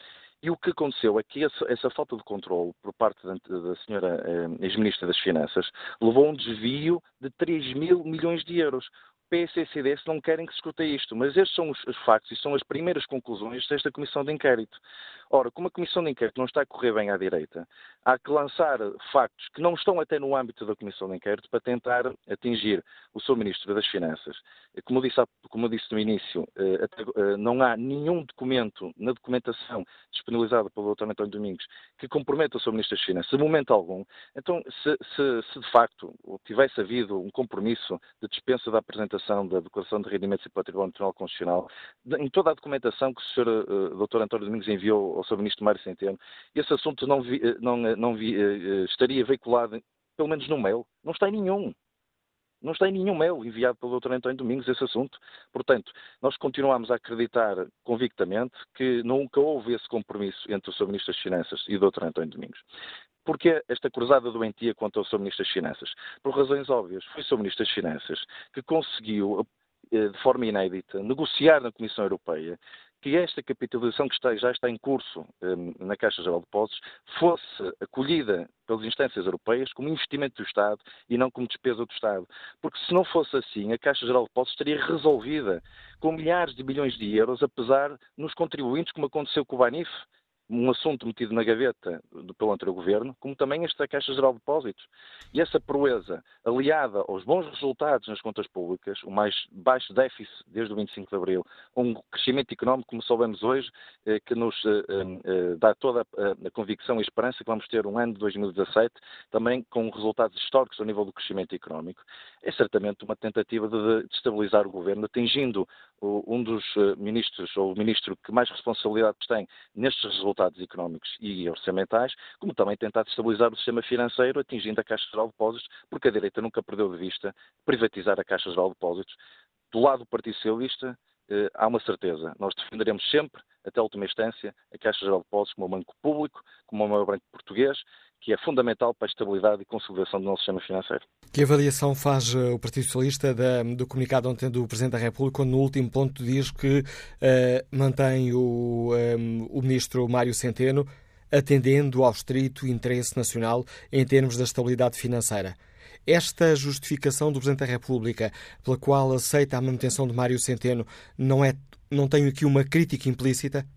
E o que aconteceu é que essa, essa falta de controle por parte da, da senhora eh, ex-ministra das Finanças levou a um desvio de três mil milhões de euros. O P S e C D S não querem que se escute isto, mas estes são os, os factos e são as primeiras conclusões desta comissão de inquérito. Ora, como a comissão de inquérito não está a correr bem à direita, há que lançar factos que não estão até no âmbito da comissão de inquérito para tentar atingir o seu Ministro das Finanças. Como disse, como disse no início, até, não há nenhum documento na documentação disponibilizada pelo doutor António Domingos que comprometa o seu Ministro das Finanças, de momento algum. Então, se, se, se de facto tivesse havido um compromisso de dispensa da apresentação da Declaração de Rendimentos e Património Tribunal Constitucional, em toda a documentação que o senhor uh, doutor António Domingos enviou ao seu Ministro Mário Centeno, esse assunto não, vi, não, não vi, uh, estaria veiculado, pelo menos no mail. Não está em nenhum. Não está em nenhum mail enviado pelo doutor António Domingos esse assunto. Portanto, nós continuamos a acreditar convictamente que nunca houve esse compromisso entre o seu Ministro das Finanças e o doutor António Domingos. Porque esta cruzada doentia contra o seu Ministro das Finanças? Por razões óbvias. Foi o seu Ministro das Finanças que conseguiu, de forma inédita, negociar na Comissão Europeia que esta capitalização que está, já está em curso um, na Caixa Geral de Depósitos fosse acolhida pelas instâncias europeias como investimento do Estado e não como despesa do Estado. Porque se não fosse assim, a Caixa Geral de Depósitos estaria resolvida com milhares de bilhões de euros, apesar nos contribuintes, como aconteceu com o Banif, um assunto metido na gaveta do, pelo anterior governo, como também esta Caixa Geral de Depósitos. E essa proeza, aliada aos bons resultados nas contas públicas, o mais baixo déficit desde o vinte e cinco de Abril, um crescimento económico, como soubemos hoje, eh, que nos eh, eh, dá toda a, a convicção e esperança que vamos ter um ano de dois mil e dezassete também com resultados históricos ao nível do crescimento económico. É certamente uma tentativa de, de estabilizar o governo, atingindo o, um dos uh, ministros, ou o ministro que mais responsabilidades tem nestes resultados económicos e orçamentais, como também tentar estabilizar o sistema financeiro, atingindo a Caixa Geral de Depósitos, porque a direita nunca perdeu de vista privatizar a Caixa Geral de Depósitos. Do lado do Partido Socialista, eh, há uma certeza. Nós defenderemos sempre, até a última instância, a Caixa Geral de Depósitos como um banco público, como um maior banco português, que é fundamental para a estabilidade e consolidação do nosso sistema financeiro. Que avaliação faz o Partido Socialista da, do comunicado ontem do Presidente da República, quando no último ponto diz que uh, mantém o, um, o Ministro Mário Centeno atendendo ao estrito interesse nacional em termos da estabilidade financeira? Esta justificação do Presidente da República, pela qual aceita a manutenção de Mário Centeno, não, é, não tem aqui uma crítica implícita?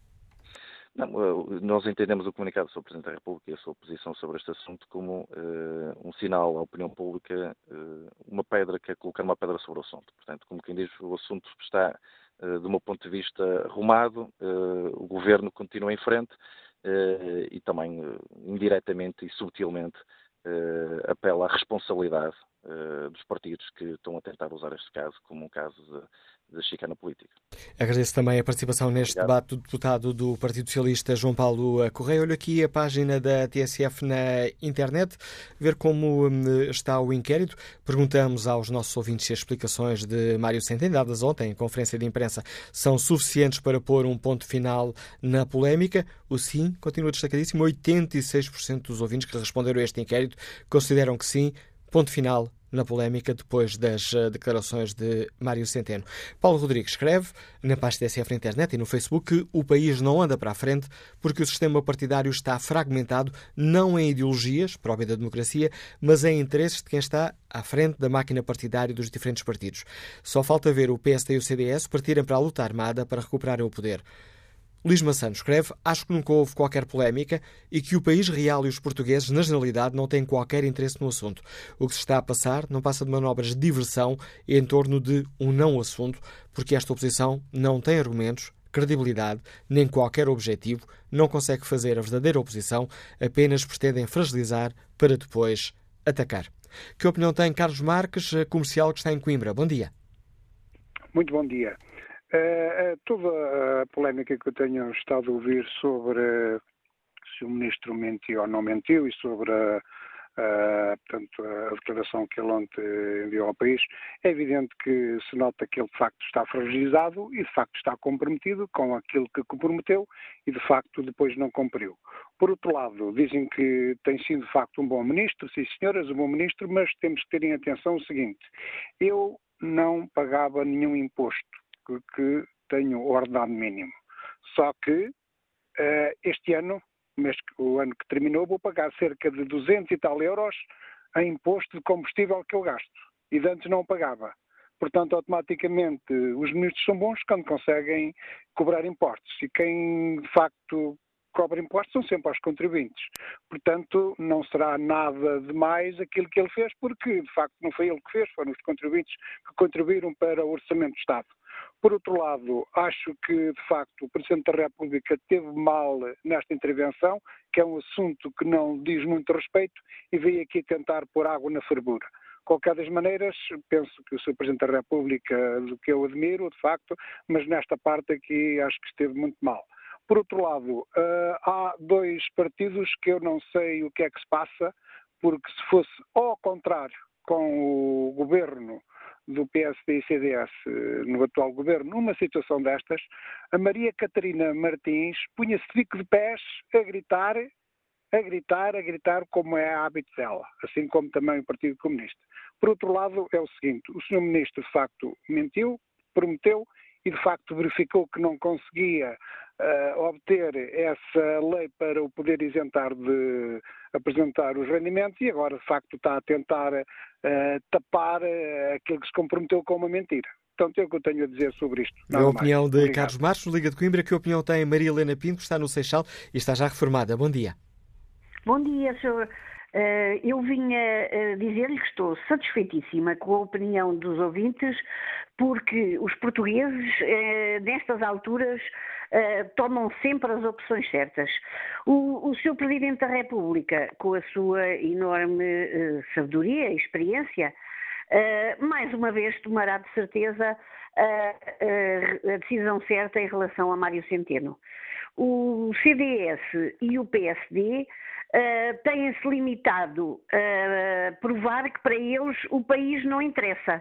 Não, nós entendemos o comunicado do senhor Presidente da República e a sua posição sobre este assunto como uh, um sinal à opinião pública, uh, uma pedra que é colocar uma pedra sobre o assunto. Portanto, como quem diz, o assunto está, uh, do meu ponto de vista, arrumado, uh, o Governo continua em frente uh, e também, uh, indiretamente e subtilmente, uh, apela à responsabilidade uh, dos partidos que estão a tentar usar este caso como um caso de da chicana política. Agradeço também a participação neste Obrigado. debate do deputado do Partido Socialista, João Paulo Correia. Olho aqui a página da T S F na internet, ver como está o inquérito. Perguntamos aos nossos ouvintes se as explicações de Mário Centeno, dadas ontem em conferência de imprensa, são suficientes para pôr um ponto final na polémica. O sim continua destacadíssimo. oitenta e seis por cento dos ouvintes que responderam a este inquérito consideram que sim, ponto final na polémica depois das declarações de Mário Centeno. Paulo Rodrigues escreve na página da T S F na internet e no Facebook que o país não anda para a frente porque o sistema partidário está fragmentado não em ideologias, própria da democracia, mas em interesses de quem está à frente da máquina partidária dos diferentes partidos. Só falta ver o P S D e o C D S partirem para a luta armada para recuperarem o poder. Luís Massano escreve: acho que nunca houve qualquer polémica e que o país real e os portugueses, na generalidade, não têm qualquer interesse no assunto. O que se está a passar não passa de manobras de diversão em torno de um não assunto, porque esta oposição não tem argumentos, credibilidade, nem qualquer objetivo, não consegue fazer a verdadeira oposição, apenas pretendem fragilizar para depois atacar. Que opinião tem Carlos Marques, comercial que está em Coimbra? Bom dia. Muito bom dia. Uh, toda a polémica que eu tenho estado a ouvir sobre uh, se o ministro mentiu ou não mentiu e sobre a, uh, portanto, a declaração que ele ontem enviou ao país, é evidente que se nota que ele de facto está fragilizado e de facto está comprometido com aquilo que comprometeu e de facto depois não cumpriu. Por outro lado, dizem que tem sido de facto um bom ministro, sim senhoras, um bom ministro, mas temos que ter em atenção o seguinte: eu não pagava nenhum imposto que tenho o ordenado mínimo. Só que Este ano, o ano que terminou, vou pagar cerca de duzentos e tal euros em imposto de combustível que eu gasto. E de antes não pagava. Portanto, automaticamente, os ministros são bons quando conseguem cobrar impostos. E quem, de facto, cobra impostos são sempre os contribuintes. Portanto, não será nada de mais aquilo que ele fez, porque, de facto, não foi ele que fez, foram os contribuintes que contribuíram para o Orçamento do Estado. Por outro lado, acho que, de facto, o Presidente da República teve mal nesta intervenção, que é um assunto que não diz muito respeito, e veio aqui tentar pôr água na fervura. De qualquer das maneiras, penso que o senhor Presidente da República, do que eu admiro, de facto, mas nesta parte aqui acho que esteve muito mal. Por outro lado, uh, há dois partidos que eu não sei o que é que se passa, porque se fosse ao contrário com o governo do P S D e C D S no atual governo, numa situação destas, a Maria Catarina Martins punha-se de bico de pés a gritar, a gritar, a gritar como é hábito dela, assim como também o Partido Comunista. Por outro lado, é o seguinte, o senhor Ministro de facto mentiu, prometeu e de facto verificou que não conseguia uh, obter essa lei para o poder isentar de apresentar os rendimentos e agora de facto está a tentar uh, tapar uh, aquilo que se comprometeu com uma mentira. Portanto, é o que eu tenho a dizer sobre isto. A opinião mais. de Obrigado. Carlos Marques, Liga de Coimbra. Que opinião tem Maria Helena Pinto, que está no Seixal e está já reformada? Bom dia. Bom dia, senhor. Uh, eu vinha uh, dizer-lhe que estou satisfeitíssima com a opinião dos ouvintes, porque os portugueses, uh, nestas alturas, uh, tomam sempre as opções certas. O, o senhor Presidente da República, com a sua enorme uh, sabedoria e experiência, uh, mais uma vez tomará de certeza uh, uh, a decisão certa em relação a Mário Centeno. O C D S e o P S D Uh, têm-se limitado a provar que para eles o país não interessa.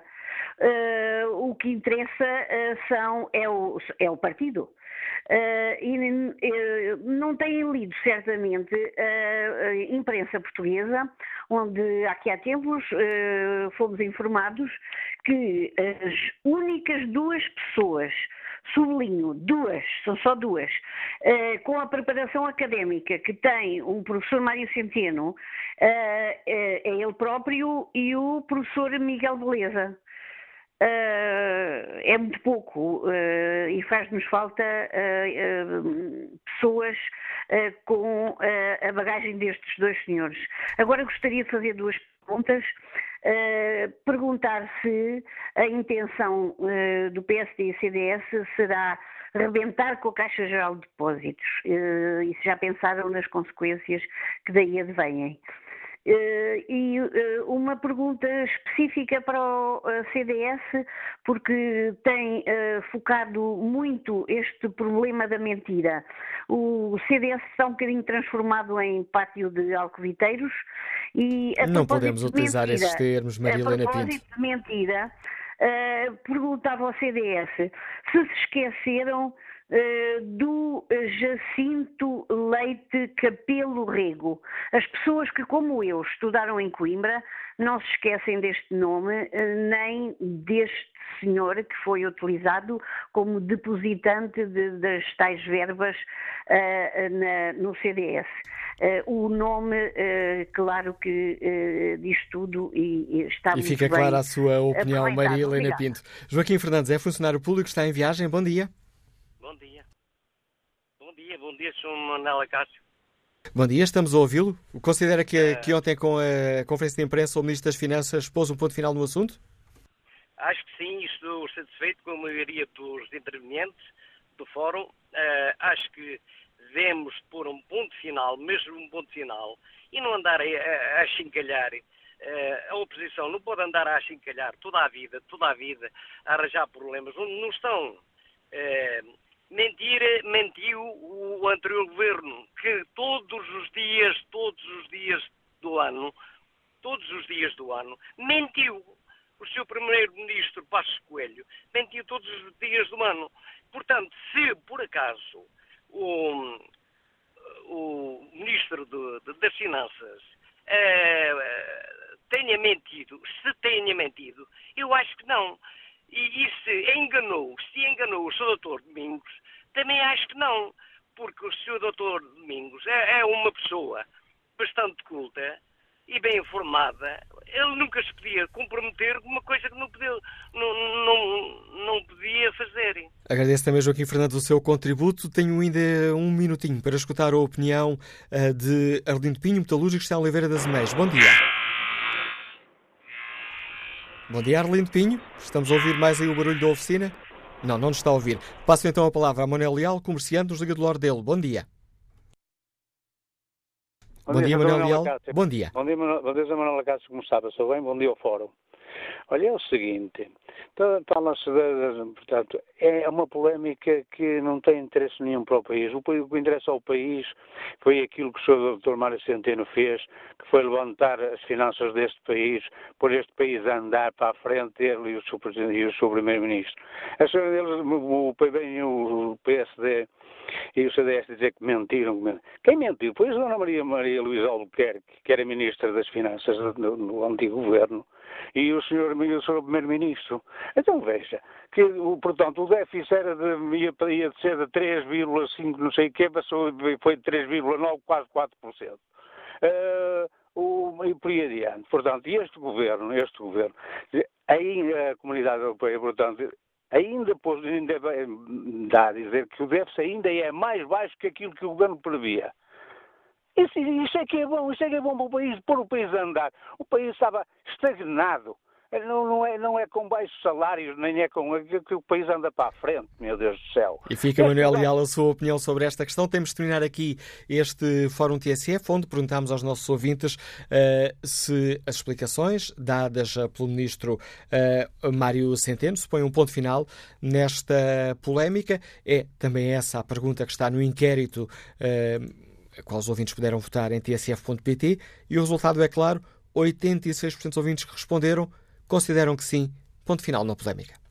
Uh, o que interessa uh, são, é, o, é o partido. Uh, e uh, não têm lido certamente a uh, imprensa portuguesa, onde aqui há tempos uh, fomos informados que as únicas duas pessoas, sublinho, duas, são só duas, uh, com a preparação académica que tem o professor Mário Centeno, uh, é ele próprio e o professor Miguel Beleza. Uh, é muito pouco uh, e faz-nos falta uh, uh, pessoas uh, com uh, a bagagem destes dois senhores. Agora gostaria de fazer duas perguntas. Uh, perguntar se a intenção uh, do P S D e C D S será rebentar com a Caixa Geral de Depósitos uh, e se já pensaram nas consequências que daí advêm. Uh, e uh, uma pergunta específica para o uh, C D S, porque tem uh, focado muito este problema da mentira. O C D S está um bocadinho transformado em pátio de alcoviteiros e a não podemos utilizar mentira, esses termos, Maria Helena Pinto. A propósito de mentira, uh, perguntava ao C D S se se esqueceram Uh, do Jacinto Leite Capelo Rego. As pessoas que, como eu, estudaram em Coimbra, não se esquecem deste nome, uh, nem deste senhor que foi utilizado como depositante de, das tais verbas uh, na, no C D S. Uh, o nome, uh, claro que uh, diz tudo e, e está e muito fica bem clara a sua opinião, Maria Helena Obrigada. Pinto. Joaquim Fernandes é funcionário público, está em viagem. Bom dia. Bom dia. Bom dia, bom dia, senhor Manuel Cássio. Bom dia, estamos a ouvi-lo. Considera que, uh, que ontem, com a conferência de imprensa, o Ministro das Finanças pôs um ponto final no assunto? Acho que sim, estou satisfeito com a maioria dos intervenientes do Fórum. Uh, acho que devemos pôr um ponto final, mesmo um ponto final, e não andar a, a, a chincalhar. Uh, a oposição não pode andar a chincalhar toda a vida, toda a vida, a arranjar problemas. Não, não estão... Uh, Mentira, mentiu o anterior governo, que todos os dias, todos os dias do ano, todos os dias do ano, mentiu. O seu primeiro-ministro, Passos Coelho, mentiu todos os dias do ano. Portanto, se por acaso o, o ministro de, de, das Finanças uh, tenha mentido, se tenha mentido, eu acho que não. E, e se enganou, se enganou o senhor doutor Domingos, também acho que não, porque o senhor doutor Domingos é, é uma pessoa bastante culta e bem informada. Ele nunca se podia comprometer com uma coisa que não podia, não, não, não podia fazer. Agradeço também, Joaquim Fernandes, o seu contributo. Tenho ainda um minutinho para escutar a opinião uh, de Arlindo Pinho, metalúrgico, Cristiano Oliveira das Meias. Bom dia. Bom dia, Arlindo Pinho. Estamos a ouvir mais aí o barulho da oficina? Não, não nos está a ouvir. Passo então a palavra a Manuel Leal, comerciante dos Liga do Lordelo. Bom dia. Bom, bom dia, dia Manuel Leal. Lacácio. Bom dia. Bom dia, Manuel, bom dia, Manuel Lacácio, como está? Passou bem? Bom dia ao Fórum. Olha, é o seguinte, fala-se, portanto, é uma polémica que não tem interesse nenhum para o país. O que interessa ao país foi aquilo que o senhor doutor Mário Centeno fez, que foi levantar as finanças deste país, pôr este país a andar para a frente, ele e o seu, e o seu primeiro-ministro. A senhora deles, o P B e o P S D e o C D S dizer que mentiram. Quem mentiu foi a Dona Maria, Maria Luísa Albuquerque, que era Ministra das Finanças no, no antigo governo, e o senhor, o senhor Primeiro-Ministro. Então veja, que, portanto, o déficit era de, ia, ia de ser de três vírgula cinco, não sei o quê, passou, foi de três vírgula nove, quase quatro por cento. Uh, o, e por aí adiante. Portanto, este governo, este governo, aí a Comunidade Europeia, portanto, ainda, ainda dá a dizer que o déficit ainda é mais baixo que aquilo que o governo previa. Isso, isso é que é bom, isso é que é bom para o país, pôr o país a andar. O país estava estagnado. Não, não, é, não é com baixos salários, nem é com que o país anda para a frente, meu Deus do céu. E fica, Manuel Leal, a sua opinião sobre esta questão. Temos de terminar aqui este Fórum T S F, onde perguntámos aos nossos ouvintes uh, se as explicações dadas pelo Ministro uh, Mário Centeno se põem um ponto final nesta polémica. É também essa a pergunta que está no inquérito uh, a qual os ouvintes puderam votar em t s f ponto p t, e o resultado é claro, oitenta e seis por cento dos ouvintes que responderam consideram que sim, ponto final na polémica.